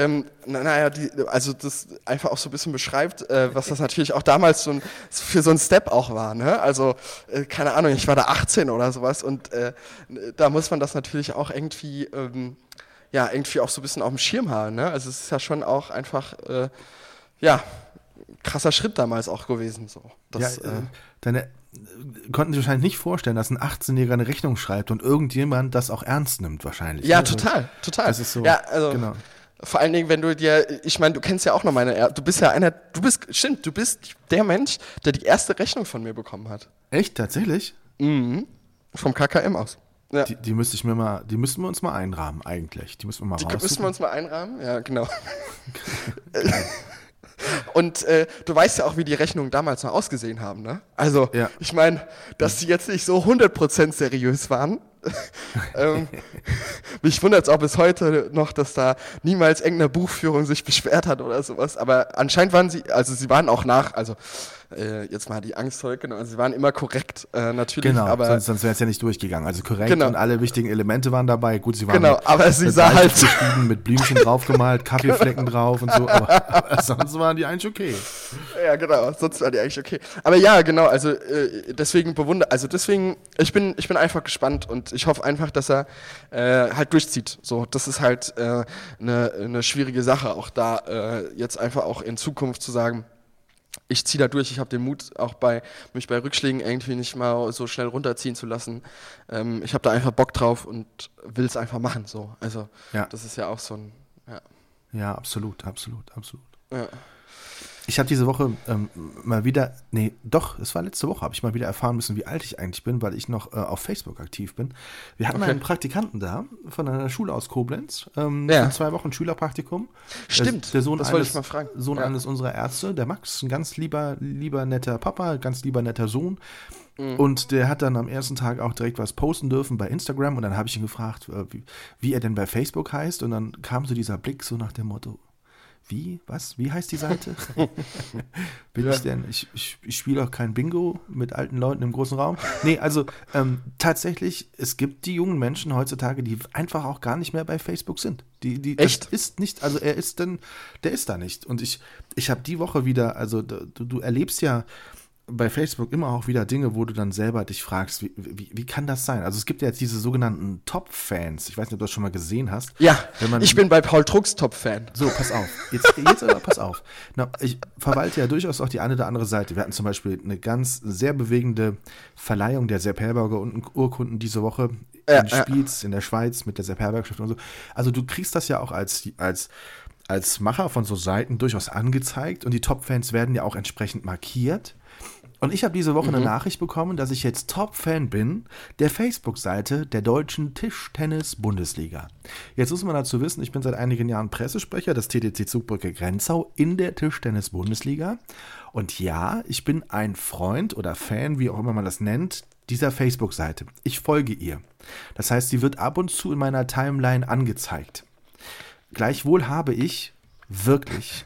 also das einfach auch so ein bisschen beschreibt, was das natürlich auch damals für so ein Step auch war, ne? Also, keine Ahnung, ich war da 18 oder sowas und da muss man das natürlich auch irgendwie, irgendwie auch so ein bisschen auf dem Schirm haben, ne? Also es ist ja schon auch einfach, krasser Schritt damals auch gewesen, so. Deine konnten sich wahrscheinlich nicht vorstellen, dass ein 18-Jähriger eine Rechnung schreibt und irgendjemand das auch ernst nimmt wahrscheinlich. Ja, ne? Total. Das ist so, genau. Vor allen Dingen, wenn du ich meine, du kennst ja auch noch du bist der Mensch, der die erste Rechnung von mir bekommen hat. Echt, tatsächlich? Mhm. Vom KKM aus. Ja. Die müssten wir uns mal einrahmen eigentlich. Die müssen wir uns mal einrahmen, ja, genau. Und du weißt ja auch, wie die Rechnungen damals noch ausgesehen haben, ne? Also, ich meine, dass die jetzt nicht so 100% seriös waren. Mich wundert es auch bis heute noch, dass da niemals irgendeine Buchführung sich beschwert hat oder sowas. Aber anscheinend waren sie waren auch jetzt mal die Angst zurückgenommen, sie waren immer korrekt, natürlich. Genau, aber sonst wäre es ja nicht durchgegangen. Also korrekt genau. Und alle wichtigen Elemente waren dabei. Gut, sie waren aber sie sah halt geschrieben, mit Blümchen draufgemalt, Kaffeeflecken drauf und so, aber sonst waren die eigentlich okay. Ja, genau, sonst waren die eigentlich okay. Aber ja, genau, also deswegen ich bin einfach gespannt und ich hoffe einfach, dass er halt durchzieht. So, das ist halt eine schwierige Sache, auch da jetzt einfach auch in Zukunft zu sagen, ich ziehe da durch, ich habe den Mut, auch mich bei Rückschlägen irgendwie nicht mal so schnell runterziehen zu lassen. Ich habe da einfach Bock drauf und will es einfach machen. So. Also das ist ja auch so ein... Ja, absolut. Ja. Ich habe diese Woche es war letzte Woche, habe ich mal wieder erfahren müssen, wie alt ich eigentlich bin, weil ich noch auf Facebook aktiv bin. Wir hatten einen Praktikanten da, von einer Schule aus Koblenz, in 2 Wochen Schülerpraktikum. Stimmt, der Sohn das wollte ich mal fragen. Sohn eines unserer Ärzte, der Max, ein ganz lieber netter Papa, ganz lieber netter Sohn. Und der hat dann am ersten Tag auch direkt was posten dürfen bei Instagram und dann habe ich ihn gefragt, wie er denn bei Facebook heißt und dann kam so dieser Blick so nach dem Motto, wie? Was? Wie heißt die Seite? Bin ich denn? Ich spiele auch kein Bingo mit alten Leuten im großen Raum. Nee, also tatsächlich, es gibt die jungen Menschen heutzutage, die einfach auch gar nicht mehr bei Facebook sind. Echt? Das ist nicht, also der ist da nicht. Und ich habe die Woche wieder, also du erlebst ja bei Facebook immer auch wieder Dinge, wo du dann selber dich fragst, wie kann das sein? Also es gibt ja jetzt diese sogenannten Top-Fans. Ich weiß nicht, ob du das schon mal gesehen hast. Ja, ich bin bei Paul Trucks Top-Fan. So, pass auf. Jetzt aber pass auf. Ich verwalte ja durchaus auch die eine oder andere Seite. Wir hatten zum Beispiel eine ganz sehr bewegende Verleihung der Sepp Herberger Urkunden diese Woche in Spiez, in der Schweiz mit der Sepp Herberger Schrift und so. Also du kriegst das ja auch als Macher von so Seiten durchaus angezeigt und die Top-Fans werden ja auch entsprechend markiert. Und ich habe diese Woche eine Nachricht bekommen, dass ich jetzt Top-Fan bin der Facebook-Seite der Deutschen Tischtennis-Bundesliga. Jetzt muss man dazu wissen, ich bin seit einigen Jahren Pressesprecher des TTC Zugbrücke Grenzau in der Tischtennis-Bundesliga. Und ja, ich bin ein Freund oder Fan, wie auch immer man das nennt, dieser Facebook-Seite. Ich folge ihr. Das heißt, sie wird ab und zu in meiner Timeline angezeigt. Gleichwohl habe ich wirklich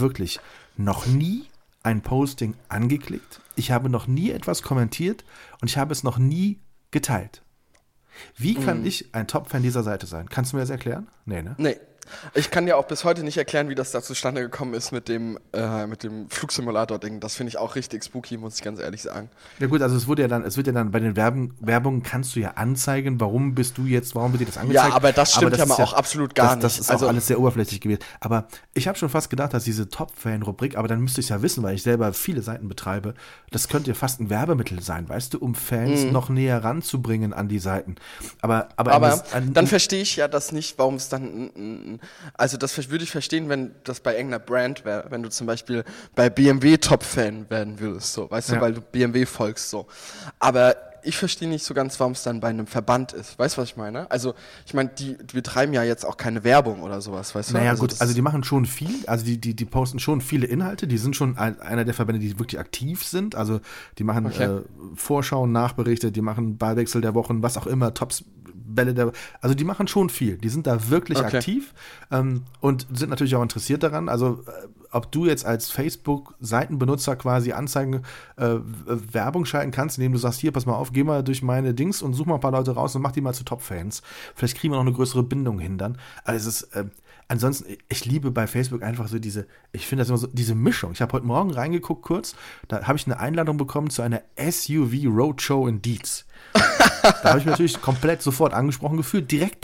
noch nie ein Posting angeklickt, ich habe noch nie etwas kommentiert und ich habe es noch nie geteilt. Wie kann ich ein Top-Fan dieser Seite sein? Kannst du mir das erklären? Nee, ne? Nee. Ich kann dir auch bis heute nicht erklären, wie das da zustande gekommen ist mit dem Flugsimulator-Ding. Das finde ich auch richtig spooky, muss ich ganz ehrlich sagen. Ja gut, also es wird ja dann bei den Werbungen kannst du ja anzeigen, warum wird dir das angezeigt? Ja, aber das stimmt auch absolut gar nicht. Das ist auch alles sehr oberflächlich gewesen. Aber ich habe schon fast gedacht, dass diese Top-Fan-Rubrik, aber dann müsste ich es ja wissen, weil ich selber viele Seiten betreibe, das könnte ja fast ein Werbemittel sein, weißt du, um Fans noch näher ranzubringen an die Seiten. Aber dann verstehe ich ja das nicht, warum es dann also das würde ich verstehen, wenn das bei irgendeiner Brand wäre, wenn du zum Beispiel bei BMW Top-Fan werden würdest, so, weißt du, weil du BMW folgst, so. Aber ich verstehe nicht so ganz, warum es dann bei einem Verband ist. Weißt du, was ich meine? Also, ich meine, wir treiben ja jetzt auch keine Werbung oder sowas, weißt du? Naja, also gut, also die machen schon viel, also die posten schon viele Inhalte, die sind schon einer der Verbände, die wirklich aktiv sind, also die machen Vorschauen, Nachberichte, die machen Ballwechsel der Wochen, was auch immer, Bälle also die machen schon viel, die sind da wirklich aktiv und sind natürlich auch interessiert daran, also ob du jetzt als Facebook-Seitenbenutzer quasi Anzeigen, Werbung schalten kannst, indem du sagst, hier, pass mal auf, geh mal durch meine Dings und such mal ein paar Leute raus und mach die mal zu Top-Fans. Vielleicht kriegen wir noch eine größere Bindung hin dann. Also es ist, ansonsten, ich liebe bei Facebook einfach so ich finde das immer so, diese Mischung. Ich habe heute Morgen reingeguckt kurz, da habe ich eine Einladung bekommen zu einer SUV-Roadshow in Dietz. Da habe ich mich natürlich komplett sofort angesprochen gefühlt. Direkt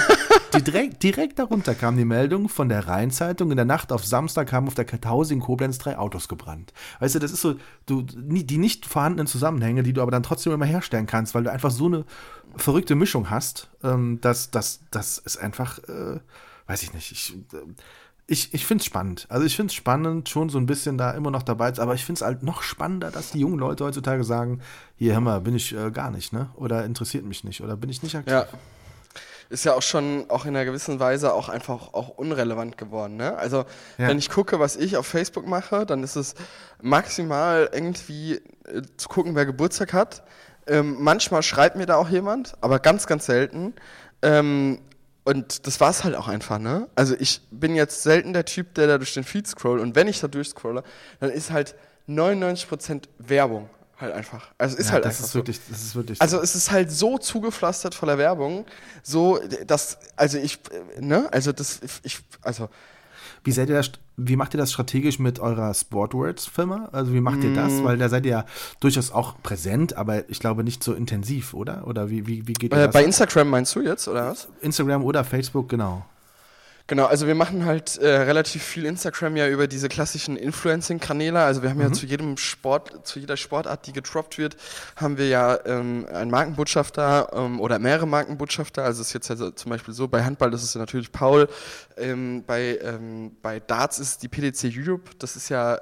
darunter kam die Meldung von der Rhein-Zeitung. In der Nacht auf Samstag haben auf der Kartause in Koblenz 3 Autos gebrannt. Weißt du, das ist so, die nicht vorhandenen Zusammenhänge, die du aber dann trotzdem immer herstellen kannst, weil du einfach so eine verrückte Mischung hast, dass ist einfach, weiß ich nicht, ich finde es spannend. Also ich finde es spannend, schon so ein bisschen da immer noch dabei, aber ich finde es halt noch spannender, dass die jungen Leute heutzutage sagen, hier, hör mal, bin ich gar nicht, ne? Oder interessiert mich nicht, oder bin ich nicht aktiv. Ja. ist ja auch schon auch in einer gewissen Weise auch einfach auch unrelevant geworden. Ne? Also wenn ich gucke, was ich auf Facebook mache, dann ist es maximal irgendwie zu gucken, wer Geburtstag hat. Manchmal schreibt mir da auch jemand, aber ganz, ganz selten. Und das war's halt auch einfach, ne? Also ich bin jetzt selten der Typ, der da durch den Feed scrollt. Und wenn ich da durchscrolle, dann ist halt 99% Werbung. Halt einfach. Also ist halt einfach so. Das ist wirklich also es ist halt so zugepflastert voller Werbung, so, dass, also wie macht ihr das strategisch mit eurer Sportwords-Firma? Also wie macht ihr das? Weil da seid ihr ja durchaus auch präsent, aber ich glaube nicht so intensiv, oder? Oder wie geht ihr das? Bei Instagram meinst du jetzt, oder was? Instagram oder Facebook, genau. Genau, also wir machen halt relativ viel Instagram ja über diese klassischen Influencing-Kanäle. Also wir haben ja zu jeder Sportart, die getroppt wird, haben wir ja einen Markenbotschafter oder mehrere Markenbotschafter. Also es ist jetzt also zum Beispiel so, bei Handball ist es natürlich Paul, bei Darts ist es die PDC Europe, das ist ja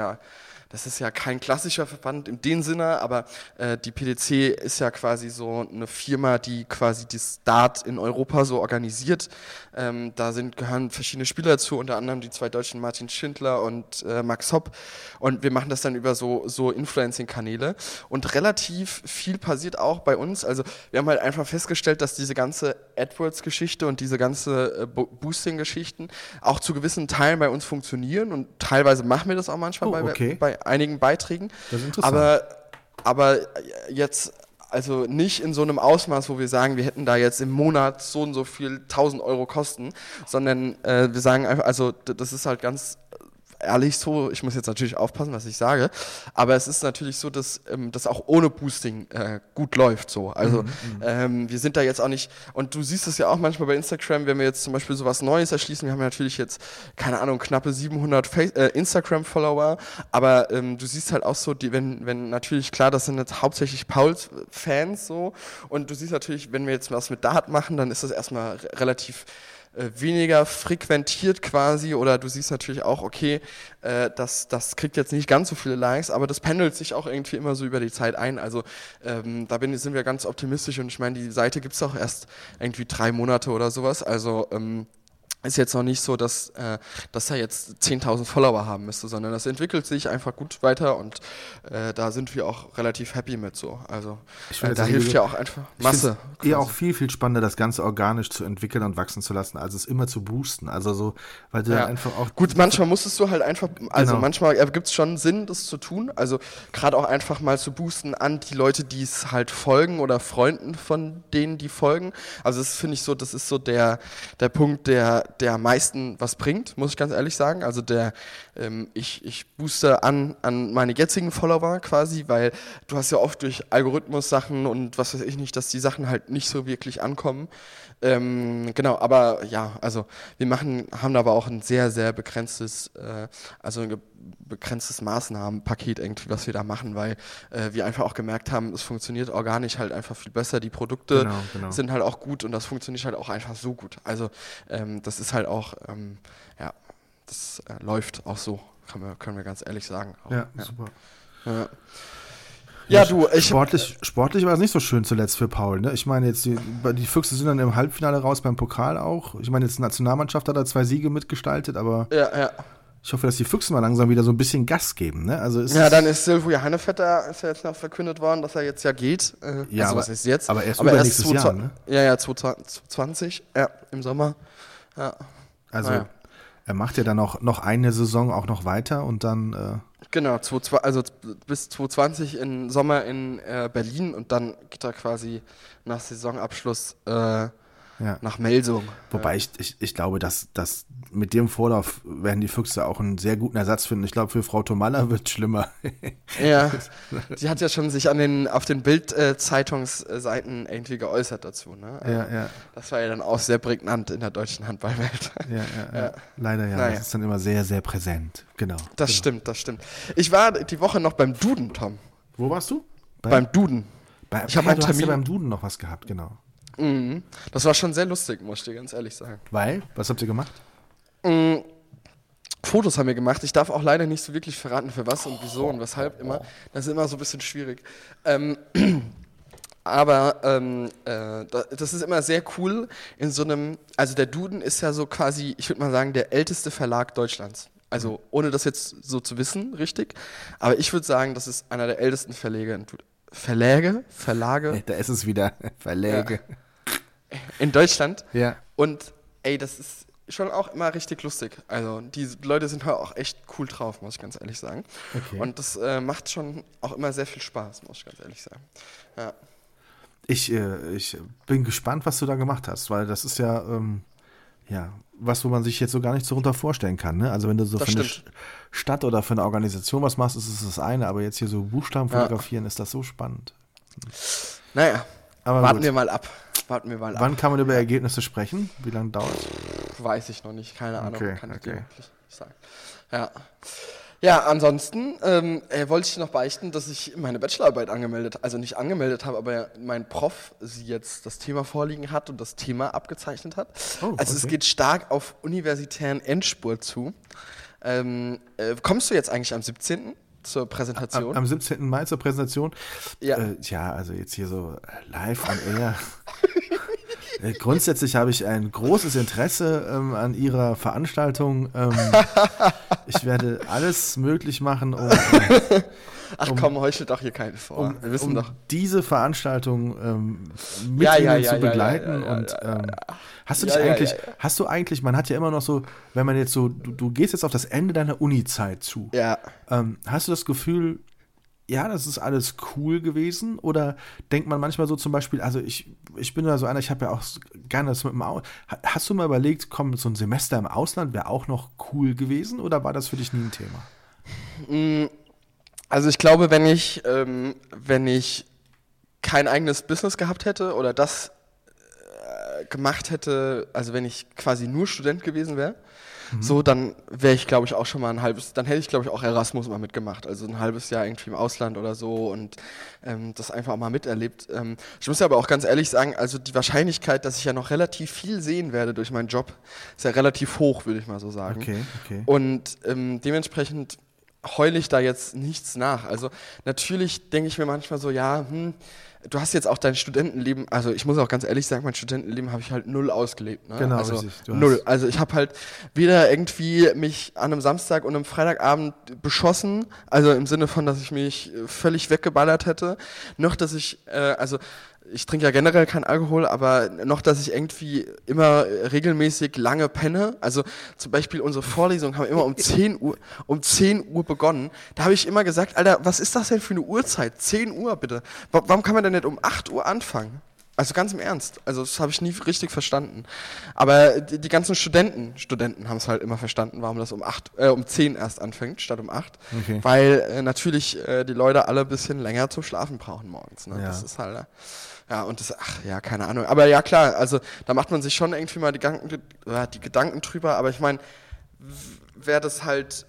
das ist ja kein klassischer Verband in dem Sinne, aber die PDC ist ja quasi so eine Firma, die quasi das Dart in Europa so organisiert. Da gehören verschiedene Spieler dazu, unter anderem die 2 Deutschen Martin Schindler und Max Hopp. Und wir machen das dann über so Influencing-Kanäle. Und relativ viel passiert auch bei uns. Also wir haben halt einfach festgestellt, dass diese ganze AdWords-Geschichte und diese ganze Boosting-Geschichten auch zu gewissen Teilen bei uns funktionieren. Und teilweise machen wir das auch manchmal bei einigen Beiträgen. Das ist interessant. Aber jetzt also nicht in so einem Ausmaß, wo wir sagen, wir hätten da jetzt im Monat so und so viel 1.000 Euro Kosten, sondern wir sagen einfach, also das ist halt ganz ehrlich so, ich muss jetzt natürlich aufpassen, was ich sage, aber es ist natürlich so, dass das auch ohne Boosting gut läuft so. Also wir sind da jetzt auch nicht, und du siehst es ja auch manchmal bei Instagram, wenn wir jetzt zum Beispiel sowas Neues erschließen, wir haben natürlich jetzt, keine Ahnung, knappe 700 Instagram-Follower, aber du siehst halt auch so, wenn natürlich, klar, das sind jetzt hauptsächlich Pauls-Fans so, und du siehst natürlich, wenn wir jetzt was mit Dart machen, dann ist das erstmal relativ weniger frequentiert quasi, oder du siehst natürlich auch, okay, das kriegt jetzt nicht ganz so viele Likes, aber das pendelt sich auch irgendwie immer so über die Zeit ein, also sind wir ganz optimistisch, und ich meine, die Seite gibt's auch erst irgendwie 3 Monate oder sowas, also ist jetzt noch nicht so, dass er jetzt 10.000 Follower haben müsste, sondern das entwickelt sich einfach gut weiter, und da sind wir auch relativ happy mit so. Also da hilft ja auch einfach Masse. Eher auch viel, viel spannender, das Ganze organisch zu entwickeln und wachsen zu lassen, als es immer zu boosten. Also so, weil du einfach auch... Gut, manchmal musstest du halt einfach, also manchmal gibt es schon Sinn, das zu tun, also gerade auch einfach mal zu boosten an die Leute, die es halt folgen, oder Freunden von denen, die folgen. Also das finde ich so, das ist so der Punkt, der am meisten was bringt, muss ich ganz ehrlich sagen. Also ich booste an meine jetzigen Follower quasi, weil du hast ja oft durch Algorithmus-Sachen und was weiß ich nicht, dass die Sachen halt nicht so wirklich ankommen. Genau, aber ja, also haben aber auch ein sehr, sehr begrenztes, begrenztes Maßnahmenpaket irgendwie, was wir da machen, weil wir einfach auch gemerkt haben, es funktioniert organisch halt einfach viel besser, die Produkte sind halt auch gut, und das funktioniert halt auch einfach so gut. Also das ist halt auch, das läuft auch so, können wir ganz ehrlich sagen. Auch, super. Ja, du, sportlich war es nicht so schön zuletzt für Paul, ne? Ich meine, jetzt die Füchse sind dann im Halbfinale raus, beim Pokal auch. Ich meine, jetzt die Nationalmannschaft hat da 2 Siege mitgestaltet, aber ich hoffe, dass die Füchse mal langsam wieder so ein bisschen Gas geben, ne? Also dann ist Silvio Hanefetter, ist ja jetzt noch verkündet worden, dass er jetzt geht. Also was ist jetzt? Aber erst übernächstes Jahr, ne? Ja, 2020, im Sommer. Ja. Also er macht ja dann noch eine Saison auch noch weiter, und dann... Genau, also bis 2020 im Sommer in Berlin, und dann geht er quasi nach Saisonabschluss nach Melsung. Wobei ich glaube, dass mit dem Vorlauf werden die Füchse auch einen sehr guten Ersatz finden. Ich glaube, für Frau Tomalla wird es schlimmer. Ja, sie hat ja schon sich auf den Bild-Zeitungsseiten irgendwie geäußert dazu. Ne? Ja. Das war ja dann auch sehr prägnant in der deutschen Handballwelt. Ja. Leider ja. Naja. Das ist dann immer sehr, sehr präsent. Genau. Das stimmt. Ich war die Woche noch beim Duden, Tom. Wo warst du? Beim Duden. Ich habe einen Termin. Hast ja beim Duden noch was gehabt, genau. Mhm. Das war schon sehr lustig, muss ich dir ganz ehrlich sagen. Weil? Was habt ihr gemacht? Fotos haben wir gemacht. Ich darf auch leider nicht so wirklich verraten, für was und wieso und weshalb immer. Das ist immer so ein bisschen schwierig. Aber das ist immer sehr cool in so einem, also der Duden ist ja so quasi, ich würde mal sagen, der älteste Verlag Deutschlands. Also ohne das jetzt so zu wissen, richtig. Aber ich würde sagen, das ist einer der ältesten Verlage. Da ist es wieder, Verläge. Ja. In Deutschland. Ja. Und ey, das ist schon auch immer richtig lustig. Also die Leute sind halt auch echt cool drauf, muss ich ganz ehrlich sagen. Okay. Und das macht schon auch immer sehr viel Spaß, muss ich ganz ehrlich sagen. Ja. Ich bin gespannt, was du da gemacht hast, weil das ist ja, was, wo man sich jetzt so gar nicht so runter vorstellen kann. Ne? Also wenn du so Das für eine stimmt. Stadt oder für eine Organisation was machst, ist es das eine, aber jetzt hier so Buchstaben fotografieren, ist das so spannend. Naja, Aber warten gut. wir mal ab. Wann kann man über Ergebnisse sprechen? Wie lange dauert es? Weiß ich noch nicht, keine Ahnung, Okay, kann ich dir okay. wirklich nicht sagen. Ja, ansonsten wollte ich noch beichten, dass ich meine Bachelorarbeit nicht angemeldet habe, aber mein Prof sie jetzt das Thema vorliegen hat und das Thema abgezeichnet hat. Oh, Also es okay. geht stark auf universitären Endspurt zu. Kommst du jetzt eigentlich am 17. zur Präsentation? Am 17. Mai zur Präsentation? Ja. Also jetzt hier so live on air. Grundsätzlich habe ich ein großes Interesse an Ihrer Veranstaltung. Ich werde alles möglich machen, Ach komm, heuchelt doch hier keine vor. Wir wissen doch. diese Veranstaltung mit Ja, Ihnen ja, zu ja, begleiten. ja, Und hast du Ja, dich ja, eigentlich, ja, ja. hast du eigentlich, man hat ja immer noch so, wenn man jetzt so, du gehst jetzt auf das Ende deiner Uni-Zeit zu. Ja. Hast du das Gefühl, ja, das ist alles cool gewesen? Oder denkt man manchmal so zum Beispiel, also ich bin ja so einer, ich habe ja auch gerne das mit dem Hast du mal überlegt, komm, so ein Semester im Ausland wäre auch noch cool gewesen? Oder war das für dich nie ein Thema? Also ich glaube, wenn ich kein eigenes Business gehabt hätte oder das gemacht hätte, also wenn ich quasi nur Student gewesen wäre, so, dann wäre ich, glaube ich, auch schon mal dann hätte ich, glaube ich, auch Erasmus mal mitgemacht, also ein halbes Jahr irgendwie im Ausland oder so und das einfach auch mal miterlebt. Ich muss ja aber auch ganz ehrlich sagen, also die Wahrscheinlichkeit, dass ich ja noch relativ viel sehen werde durch meinen Job, ist ja relativ hoch, würde ich mal so sagen. Okay. Und dementsprechend heule ich da jetzt nichts nach. Also natürlich denke ich mir manchmal so, ja, du hast jetzt auch dein Studentenleben, also ich muss auch ganz ehrlich sagen, mein Studentenleben habe ich halt null ausgelebt. Ne? Genau, also richtig. null. Also ich habe halt weder irgendwie mich an einem Samstag und einem Freitagabend beschossen, also im Sinne von, dass ich mich völlig weggeballert hätte, noch dass ich, also ich trinke ja generell keinen Alkohol, aber noch, dass ich irgendwie immer regelmäßig lange penne. Also zum Beispiel unsere Vorlesungen haben immer um 10 Uhr begonnen. Da habe ich immer gesagt, Alter, was ist das denn für eine Uhrzeit? 10 Uhr bitte. Warum kann man denn nicht um 8 Uhr anfangen? Also ganz im Ernst. Also das habe ich nie richtig verstanden. Aber die ganzen Studenten haben es halt immer verstanden, warum das um 10 erst anfängt, statt um 8. Okay. Weil natürlich die Leute alle ein bisschen länger zum Schlafen brauchen morgens. Ne? Ja. Das ist halt, ja, und das, keine Ahnung. Aber ja, klar, also da macht man sich schon irgendwie mal die Gedanken drüber. Aber ich meine, wäre das halt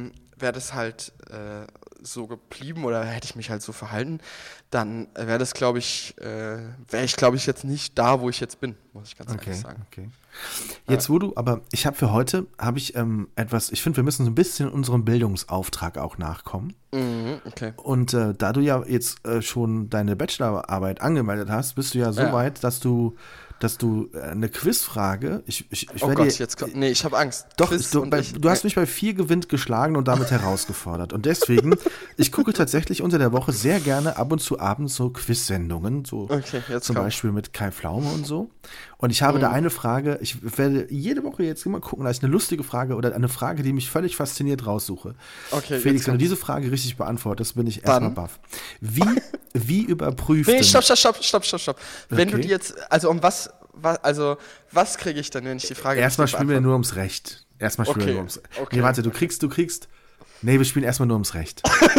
so geblieben oder hätte ich mich halt so verhalten, dann wäre ich glaube ich jetzt nicht da, wo ich jetzt bin, muss ich ganz ehrlich sagen. Okay. Jetzt ich habe für heute, etwas, ich finde, wir müssen so ein bisschen unserem Bildungsauftrag auch nachkommen. Okay. Und da du ja jetzt schon deine Bachelorarbeit angemeldet hast, bist du ja so weit, dass du eine Quizfrage, ich habe Angst. Doch, du hast mich bei 4 gewinnt geschlagen und damit herausgefordert. Und deswegen, ich gucke tatsächlich unter der Woche sehr gerne ab und zu abends so Quiz-Sendungen, so zum Beispiel mit Kai Pflaume und so. Und ich habe da eine Frage, ich werde jede Woche jetzt immer gucken, da ich eine lustige Frage oder eine Frage, die mich völlig fasziniert raussuche. Okay, Felix, wenn du diese Frage richtig beantwortest, bin ich erstmal baff. Wie überprüft Nee, stopp. Wenn du Okay. die jetzt, also was kriege ich denn, wenn ich die Frage Erstmal richtig spielen wir beantworte? nur ums Recht. Okay. Nee, warte, du kriegst. Nee, wir spielen erstmal nur ums Recht.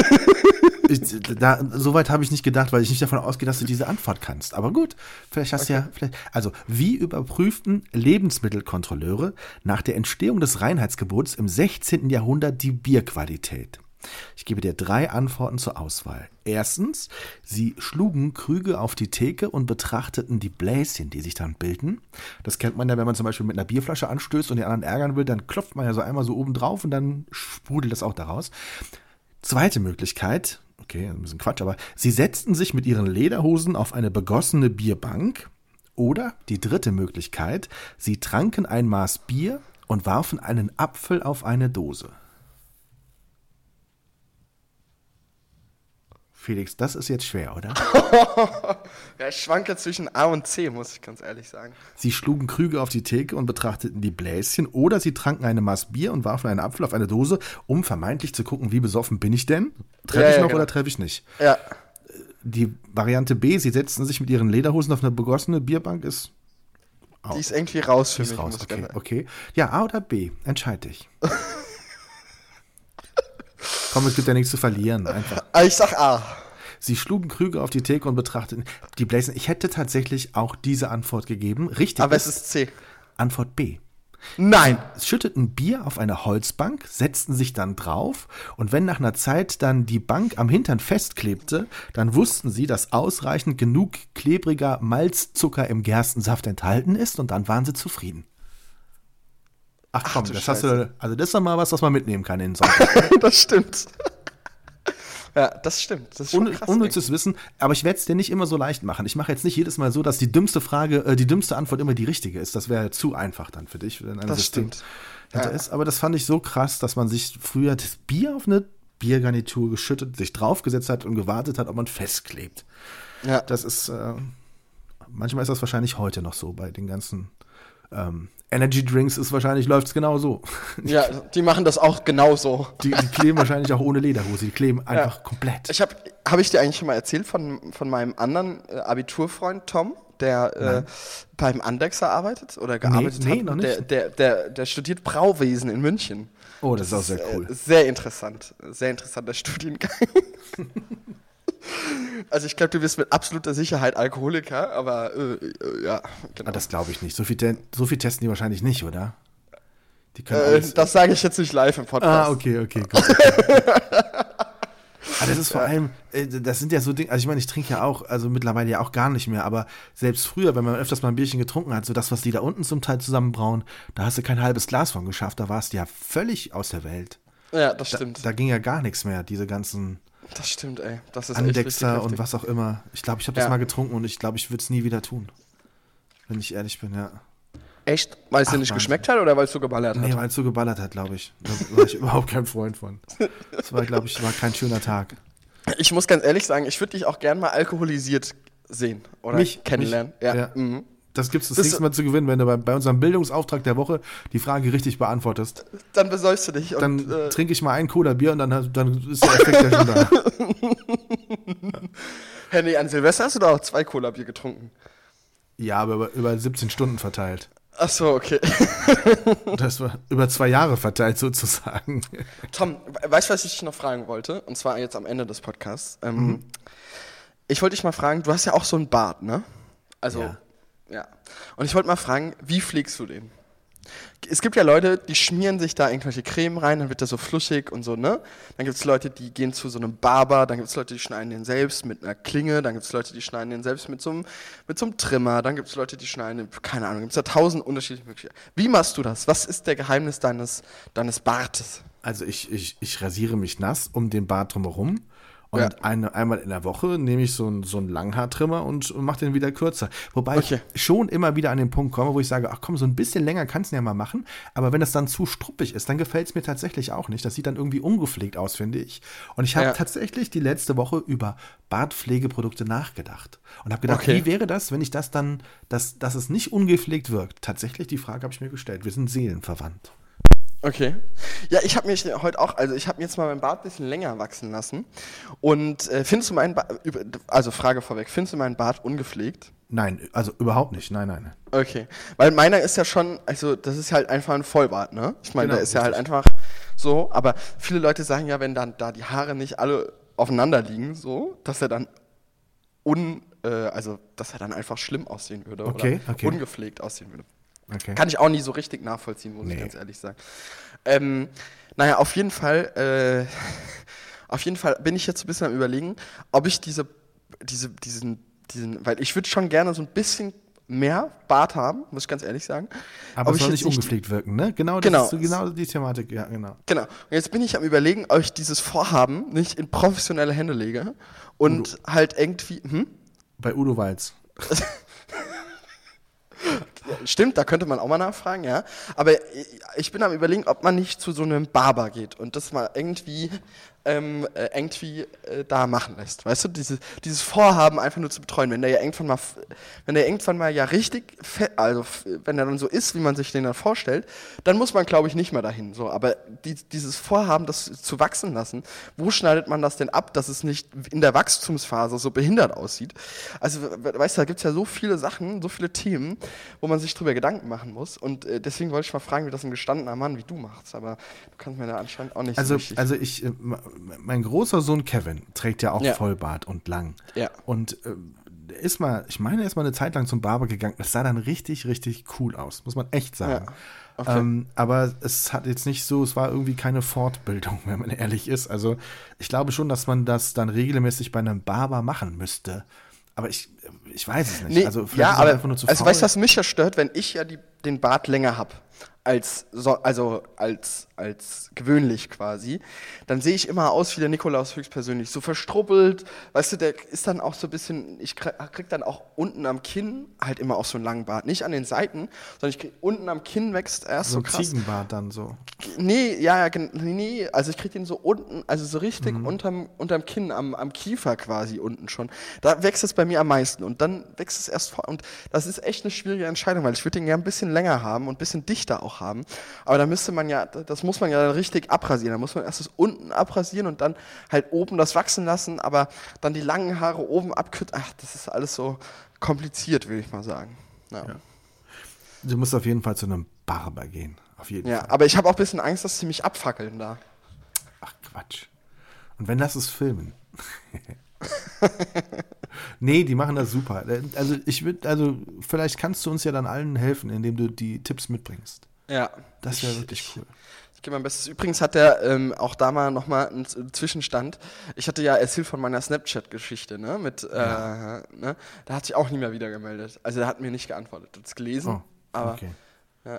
Soweit habe ich nicht gedacht, weil ich nicht davon ausgehe, dass du diese Antwort kannst. Aber gut, vielleicht hast du ja. Also, wie überprüften Lebensmittelkontrolleure nach der Entstehung des Reinheitsgebots im 16. Jahrhundert die Bierqualität? Ich gebe dir 3 Antworten zur Auswahl. Erstens, sie schlugen Krüge auf die Theke und betrachteten die Bläschen, die sich dann bilden. Das kennt man ja, wenn man zum Beispiel mit einer Bierflasche anstößt und den anderen ärgern will, dann klopft man ja so einmal so oben drauf und dann sprudelt das auch daraus. Zweite Möglichkeit, Okay, ein bisschen Quatsch, aber sie setzten sich mit ihren Lederhosen auf eine begossene Bierbank. Oder die dritte Möglichkeit, sie tranken ein Maß Bier und warfen einen Apfel auf eine Dose. Felix, das ist jetzt schwer, oder? Ja, ich schwanke zwischen A und C, muss ich ganz ehrlich sagen. Sie schlugen Krüge auf die Theke und betrachteten die Bläschen, oder sie tranken eine Maß Bier und warfen einen Apfel auf eine Dose, um vermeintlich zu gucken, wie besoffen bin ich denn? Treffe ich noch oder treffe ich nicht? Ja. Die Variante B, sie setzten sich mit ihren Lederhosen auf eine begossene Bierbank, ist... Die ist irgendwie raus für ist mich. raus, okay. Ja, A oder B, entscheid dich. Komm, es gibt ja nichts zu verlieren, einfach. Ich sag A. Sie schlugen Krüge auf die Theke und betrachteten die Bläschen. Ich hätte tatsächlich auch diese Antwort gegeben. Richtig. Aber es ist C. Antwort B. Nein. Sie schütteten Bier auf eine Holzbank, setzten sich dann drauf und wenn nach einer Zeit dann die Bank am Hintern festklebte, dann wussten sie, dass ausreichend genug klebriger Malzzucker im Gerstensaft enthalten ist und dann waren sie zufrieden. Ach komm, das hast du, also das ist doch mal was man mitnehmen kann in Sonntag. Das stimmt. Ja, das stimmt. Das ist schon krass. Unnützes Wissen, aber ich werde es dir nicht immer so leicht machen. Ich mache jetzt nicht jedes Mal so, dass die dümmste Antwort immer die richtige ist. Das wäre zu einfach dann für dich, wenn ein das System stimmt. ist. Aber das fand ich so krass, dass man sich früher das Bier auf eine Biergarnitur geschüttet, sich draufgesetzt hat und gewartet hat, ob man festklebt. Ja. Das ist, manchmal ist das wahrscheinlich heute noch so bei den ganzen Energy Drinks läuft es genau so. Ja, die machen das auch genauso. Die kleben wahrscheinlich auch ohne Lederhose, die kleben einfach komplett. Hab ich dir eigentlich schon mal erzählt von meinem anderen Abiturfreund Tom, der beim Andexer arbeitet oder gearbeitet hat? Noch nicht. Der studiert Brauwesen in München. Oh, das ist auch sehr cool. Sehr interessant. Sehr interessanter Studiengang. Also ich glaube, du wirst mit absoluter Sicherheit Alkoholiker, aber ja, genau. Das glaube ich nicht. So viel testen die wahrscheinlich nicht, oder? Die können das sage ich jetzt nicht live im Podcast. Okay, gut. Aber das ist vor allem, das sind ja so Dinge, also ich meine, ich trinke ja auch, also mittlerweile ja auch gar nicht mehr, aber selbst früher, wenn man öfters mal ein Bierchen getrunken hat, so das, was die da unten zum Teil zusammenbrauen, da hast du kein halbes Glas von geschafft, da warst du ja völlig aus der Welt. Ja, das stimmt. Da ging ja gar nichts mehr, diese ganzen... Das stimmt, ey. Das ist Andexer und was auch immer. Ich glaube, ich habe das mal getrunken und ich glaube, ich würde es nie wieder tun. Wenn ich ehrlich bin, ja. Echt? Weil es dir nicht geschmeckt hat oder weil es so geballert hat? Nee, weil es so geballert hat, glaube ich. Da war ich überhaupt kein Freund von. Das war, glaube ich, kein schöner Tag. Ich muss ganz ehrlich sagen, ich würde dich auch gern mal alkoholisiert sehen oder kennenlernen. Ja. Mhm. Das gibt es das nächste Mal zu gewinnen, wenn du bei unserem Bildungsauftrag der Woche die Frage richtig beantwortest. Dann besäufst du dich. Dann trinke ich mal ein Cola-Bier und dann ist der Effekt ja schon da. Nee, an Silvester hast du doch auch 2 Cola-Bier getrunken. Ja, aber über 17 Stunden verteilt. Ach so, okay. Das war über 2 Jahre verteilt sozusagen. Tom, weißt du, was ich dich noch fragen wollte? Und zwar jetzt am Ende des Podcasts. Ich wollte dich mal fragen, du hast ja auch so einen Bart, ne? Also... Ja. Und ich wollte mal fragen, wie pflegst du den? Es gibt ja Leute, die schmieren sich da irgendwelche Creme rein, dann wird der so fluschig und so, ne? Dann gibt es Leute, die gehen zu so einem Barber, dann gibt es Leute, die schneiden den selbst mit einer Klinge, dann gibt es Leute, die schneiden den selbst mit so einem Trimmer, dann gibt es Leute, die schneiden, keine Ahnung, gibt es da 1000 unterschiedliche Möglichkeiten. Wie machst du das? Was ist der Geheimnis deines Bartes? Also ich rasiere mich nass um den Bart drumherum. Und einmal in der Woche nehme ich so einen Langhaartrimmer und mache den wieder kürzer. Wobei ich schon immer wieder an den Punkt komme, wo ich sage, ach komm, so ein bisschen länger kannst du ja mal machen. Aber wenn das dann zu struppig ist, dann gefällt es mir tatsächlich auch nicht. Das sieht dann irgendwie ungepflegt aus, finde ich. Und ich habe tatsächlich die letzte Woche über Bartpflegeprodukte nachgedacht. Und habe gedacht, wie wäre das, wenn ich das dann, dass es nicht ungepflegt wirkt? Tatsächlich, die Frage habe ich mir gestellt. Wir sind seelenverwandt. Okay. Ja, ich habe mich heute auch, also ich habe mir jetzt mal meinen Bart ein bisschen länger wachsen lassen. Und findest du meinen Bart, also Frage vorweg, findest du meinen Bart ungepflegt? Nein, also überhaupt nicht, nein. Okay, weil meiner ist ja schon, also das ist halt einfach ein Vollbart, ne? Ich meine, der ist ja halt einfach so, aber viele Leute sagen ja, wenn dann da die Haare nicht alle aufeinander liegen, so, dass er dann dass er dann einfach schlimm aussehen würde oder ungepflegt aussehen würde. Okay. Kann ich auch nie so richtig nachvollziehen, muss ich ganz ehrlich sagen. Naja, auf jeden Fall bin ich jetzt ein bisschen am Überlegen, ob ich diesen, weil ich würde schon gerne so ein bisschen mehr Bart haben, muss ich ganz ehrlich sagen. Aber Ob es ich soll jetzt nicht ungepflegt wirken, ne? Genau, Genau. ist so genau die Thematik, ja, genau. Genau. Und jetzt bin ich am Überlegen, ob ich dieses Vorhaben nicht in professionelle Hände lege und halt irgendwie, Bei Udo Walz. Stimmt, da könnte man auch mal nachfragen, ja. Aber ich bin am Überlegen, ob man nicht zu so einem Barber geht und das mal irgendwie da machen lässt. Weißt du, dieses Vorhaben einfach nur zu betreuen, wenn der irgendwann mal ja richtig, wenn er dann so ist, wie man sich den dann vorstellt, dann muss man, glaube ich, nicht mehr dahin. So, aber dieses Vorhaben, das zu wachsen lassen, wo schneidet man das denn ab, dass es nicht in der Wachstumsphase so behindert aussieht? Also, weißt du, da gibt es ja so viele Sachen, so viele Themen, wo man sich drüber Gedanken machen muss. Und deswegen wollte ich mal fragen, wie das ein gestandener Mann wie du machst. Aber du kannst mir da anscheinend auch nicht so richtig. Also mein großer Sohn Kevin trägt ja auch Vollbart und lang. Ja. Und er ist mal eine Zeit lang zum Barber gegangen. Das sah dann richtig, richtig cool aus, muss man echt sagen. Ja. Okay. Aber es hat jetzt nicht so, es war irgendwie keine Fortbildung, wenn man ehrlich ist. Also ich glaube schon, dass man das dann regelmäßig bei einem Barber machen müsste. Aber ich weiß es nicht. Nee, Also vielleicht ja, ist er aber einfach nur zu also faul. weißt du, was mich ja stört, wenn ich ja den Bart länger habe als gewöhnlich quasi, dann sehe ich immer aus wie der Nikolaus höchstpersönlich, so verstrubbelt, weißt du, der ist dann auch so ein bisschen, ich krieg dann auch unten am Kinn halt immer auch so einen langen Bart, nicht an den Seiten, sondern ich krieg unten am Kinn wächst erst so ein krass. Ziegenbart dann so. Nee, nee, also ich krieg den so unten, also so richtig unterm Kinn, am Kiefer quasi unten schon. Da wächst es bei mir am meisten und dann wächst es erst vor und das ist echt eine schwierige Entscheidung, weil ich würde den gerne ein bisschen länger haben und ein bisschen dichter auch haben, aber da müsste man ja, das muss man ja dann richtig abrasieren, da muss man erst das unten abrasieren und dann halt oben das wachsen lassen, aber dann die langen Haare oben abkürzen, das ist alles so kompliziert, will ich mal sagen. Ja. Du musst auf jeden Fall zu einem Barber gehen. Auf jeden Fall. Ja, aber ich habe auch ein bisschen Angst, dass sie mich abfackeln da. Ach Quatsch. Und wenn das ist Filmen. Nee, die machen das super. Also vielleicht kannst du uns ja dann allen helfen, indem du die Tipps mitbringst. Ja. Das wäre wirklich cool. Ich gebe mein Bestes. Übrigens hat der auch da mal nochmal einen Zwischenstand. Ich hatte ja erzählt von meiner Snapchat-Geschichte, ne? Ne? Da hat sich auch nie mehr wieder gemeldet. Also der hat mir nicht geantwortet. Du hast es gelesen, aber okay. Ja.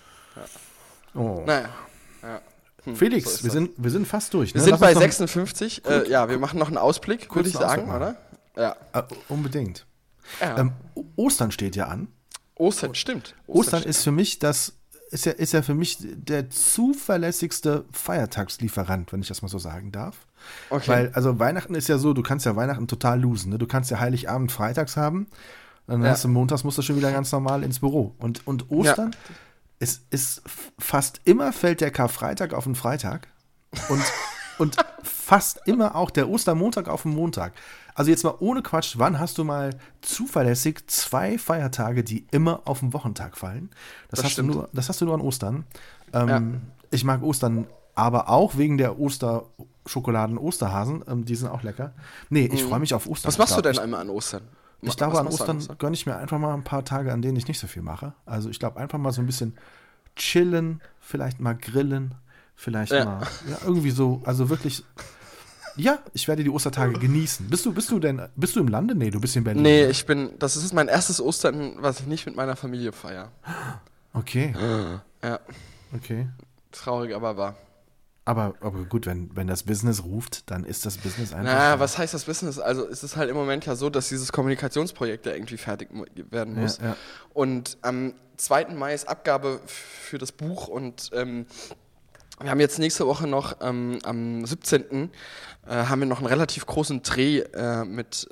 Oh. Naja. Ja. Felix, so wir sind fast durch. Wir Ne? sind Lass bei uns noch 56. Wir machen noch einen Ausblick, würde ich sagen, oder? Ja. Unbedingt. Ja. Ostern steht ja an. Ostern, stimmt. Ostern ist für mich ist ja für mich der zuverlässigste Feiertagslieferant, wenn ich das mal so sagen darf. Okay. Weil, also Weihnachten ist ja so, du kannst ja Weihnachten total losen. Ne? Du kannst ja Heiligabend freitags haben, dann hast du montags musst du schon wieder ganz normal ins Büro. Und Ostern ist fast immer fällt der Karfreitag auf den Freitag und fast immer auch der Ostermontag auf den Montag. Also jetzt mal ohne Quatsch, wann hast du mal zuverlässig 2 Feiertage, die immer auf den Wochentag fallen? Das hast du nur an Ostern. Ich mag Ostern aber auch wegen der Osterschokoladen, Osterhasen, die sind auch lecker. Nee, ich freue mich auf Ostern. Was machst du denn einmal an Ostern? Ich glaube, an Ostern gönne ich mir einfach mal ein paar Tage, an denen ich nicht so viel mache. Also ich glaube, einfach mal so ein bisschen chillen, vielleicht mal grillen, vielleicht mal, irgendwie so, also wirklich, ich werde die Ostertage genießen. Bist du im Lande? Nee, du bist in Berlin. Nee, das ist mein erstes Ostern, was ich nicht mit meiner Familie feiere. Okay. Ja. Okay. Traurig, aber wahr. Aber gut, wenn das Business ruft, dann ist das Business einfach. Naja, was heißt das Business? Also es ist halt im Moment ja so, dass dieses Kommunikationsprojekt ja irgendwie fertig werden muss. Ja. Und am 2. Mai ist Abgabe für das Buch und wir haben jetzt nächste Woche noch am 17. Haben wir noch einen relativ großen Dreh mit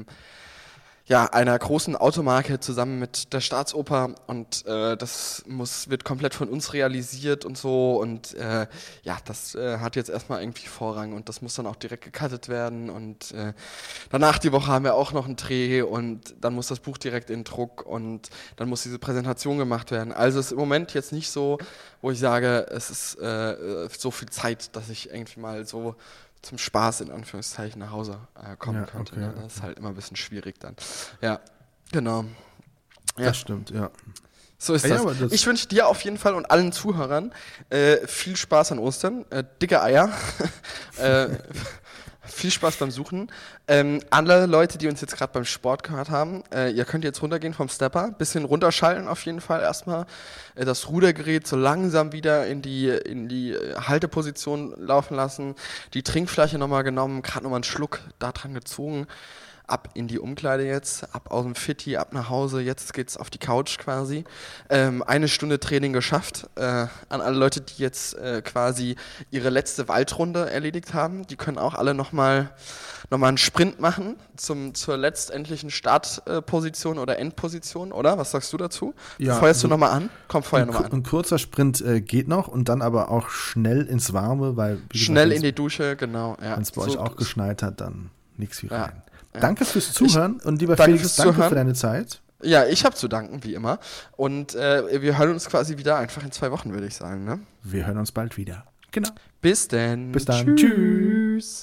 einer großen Automarke zusammen mit der Staatsoper und das wird komplett von uns realisiert und so und das hat jetzt erstmal irgendwie Vorrang und das muss dann auch direkt gecuttet werden und danach die Woche haben wir auch noch einen Dreh und dann muss das Buch direkt in Druck und dann muss diese Präsentation gemacht werden. Also es ist im Moment jetzt nicht so, wo ich sage, es ist so viel Zeit, dass ich irgendwie mal so zum Spaß in Anführungszeichen nach Hause kommen könnte. Okay, ne? Das ist halt immer ein bisschen schwierig dann. Ja, genau. Ja. Das stimmt, ja. So ist das. Ich wünsche dir auf jeden Fall und allen Zuhörern viel Spaß an Ostern, dicke Eier, viel Spaß beim Suchen. Alle Leute, die uns jetzt gerade beim Sport gehört haben, ihr könnt jetzt runtergehen vom Stepper, bisschen runterschalten auf jeden Fall erstmal. Das Rudergerät so langsam wieder in die Halteposition laufen lassen. Die Trinkflasche nochmal genommen, gerade nochmal einen Schluck da dran gezogen. Ab in die Umkleide jetzt, ab aus dem Fitti, ab nach Hause, jetzt geht's auf die Couch quasi. 1 Stunde Training geschafft. An alle Leute, die jetzt quasi ihre letzte Waldrunde erledigt haben, die können auch alle nochmal einen Sprint machen zur letztendlichen Startposition oder Endposition, oder? Was sagst du dazu? Ja, Feuerst du nochmal an? Komm, feuer nochmal an. Ein kurzer Sprint geht noch und dann aber auch schnell ins Warme, weil schnell in die Dusche, genau. Ja. Wenn es bei euch auch geschneit hat, dann nichts wie rein. Ja. Danke fürs Zuhören und lieber Felix, danke für deine Zeit. Ja, ich habe zu danken, wie immer. Und wir hören uns quasi wieder einfach in 2 Wochen, würde ich sagen. Ne? Wir hören uns bald wieder. Genau. Bis dann. Bis dann. Tschüss.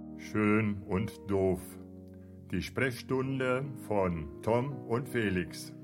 Schön und doof. Die Sprechstunde von Tom und Felix.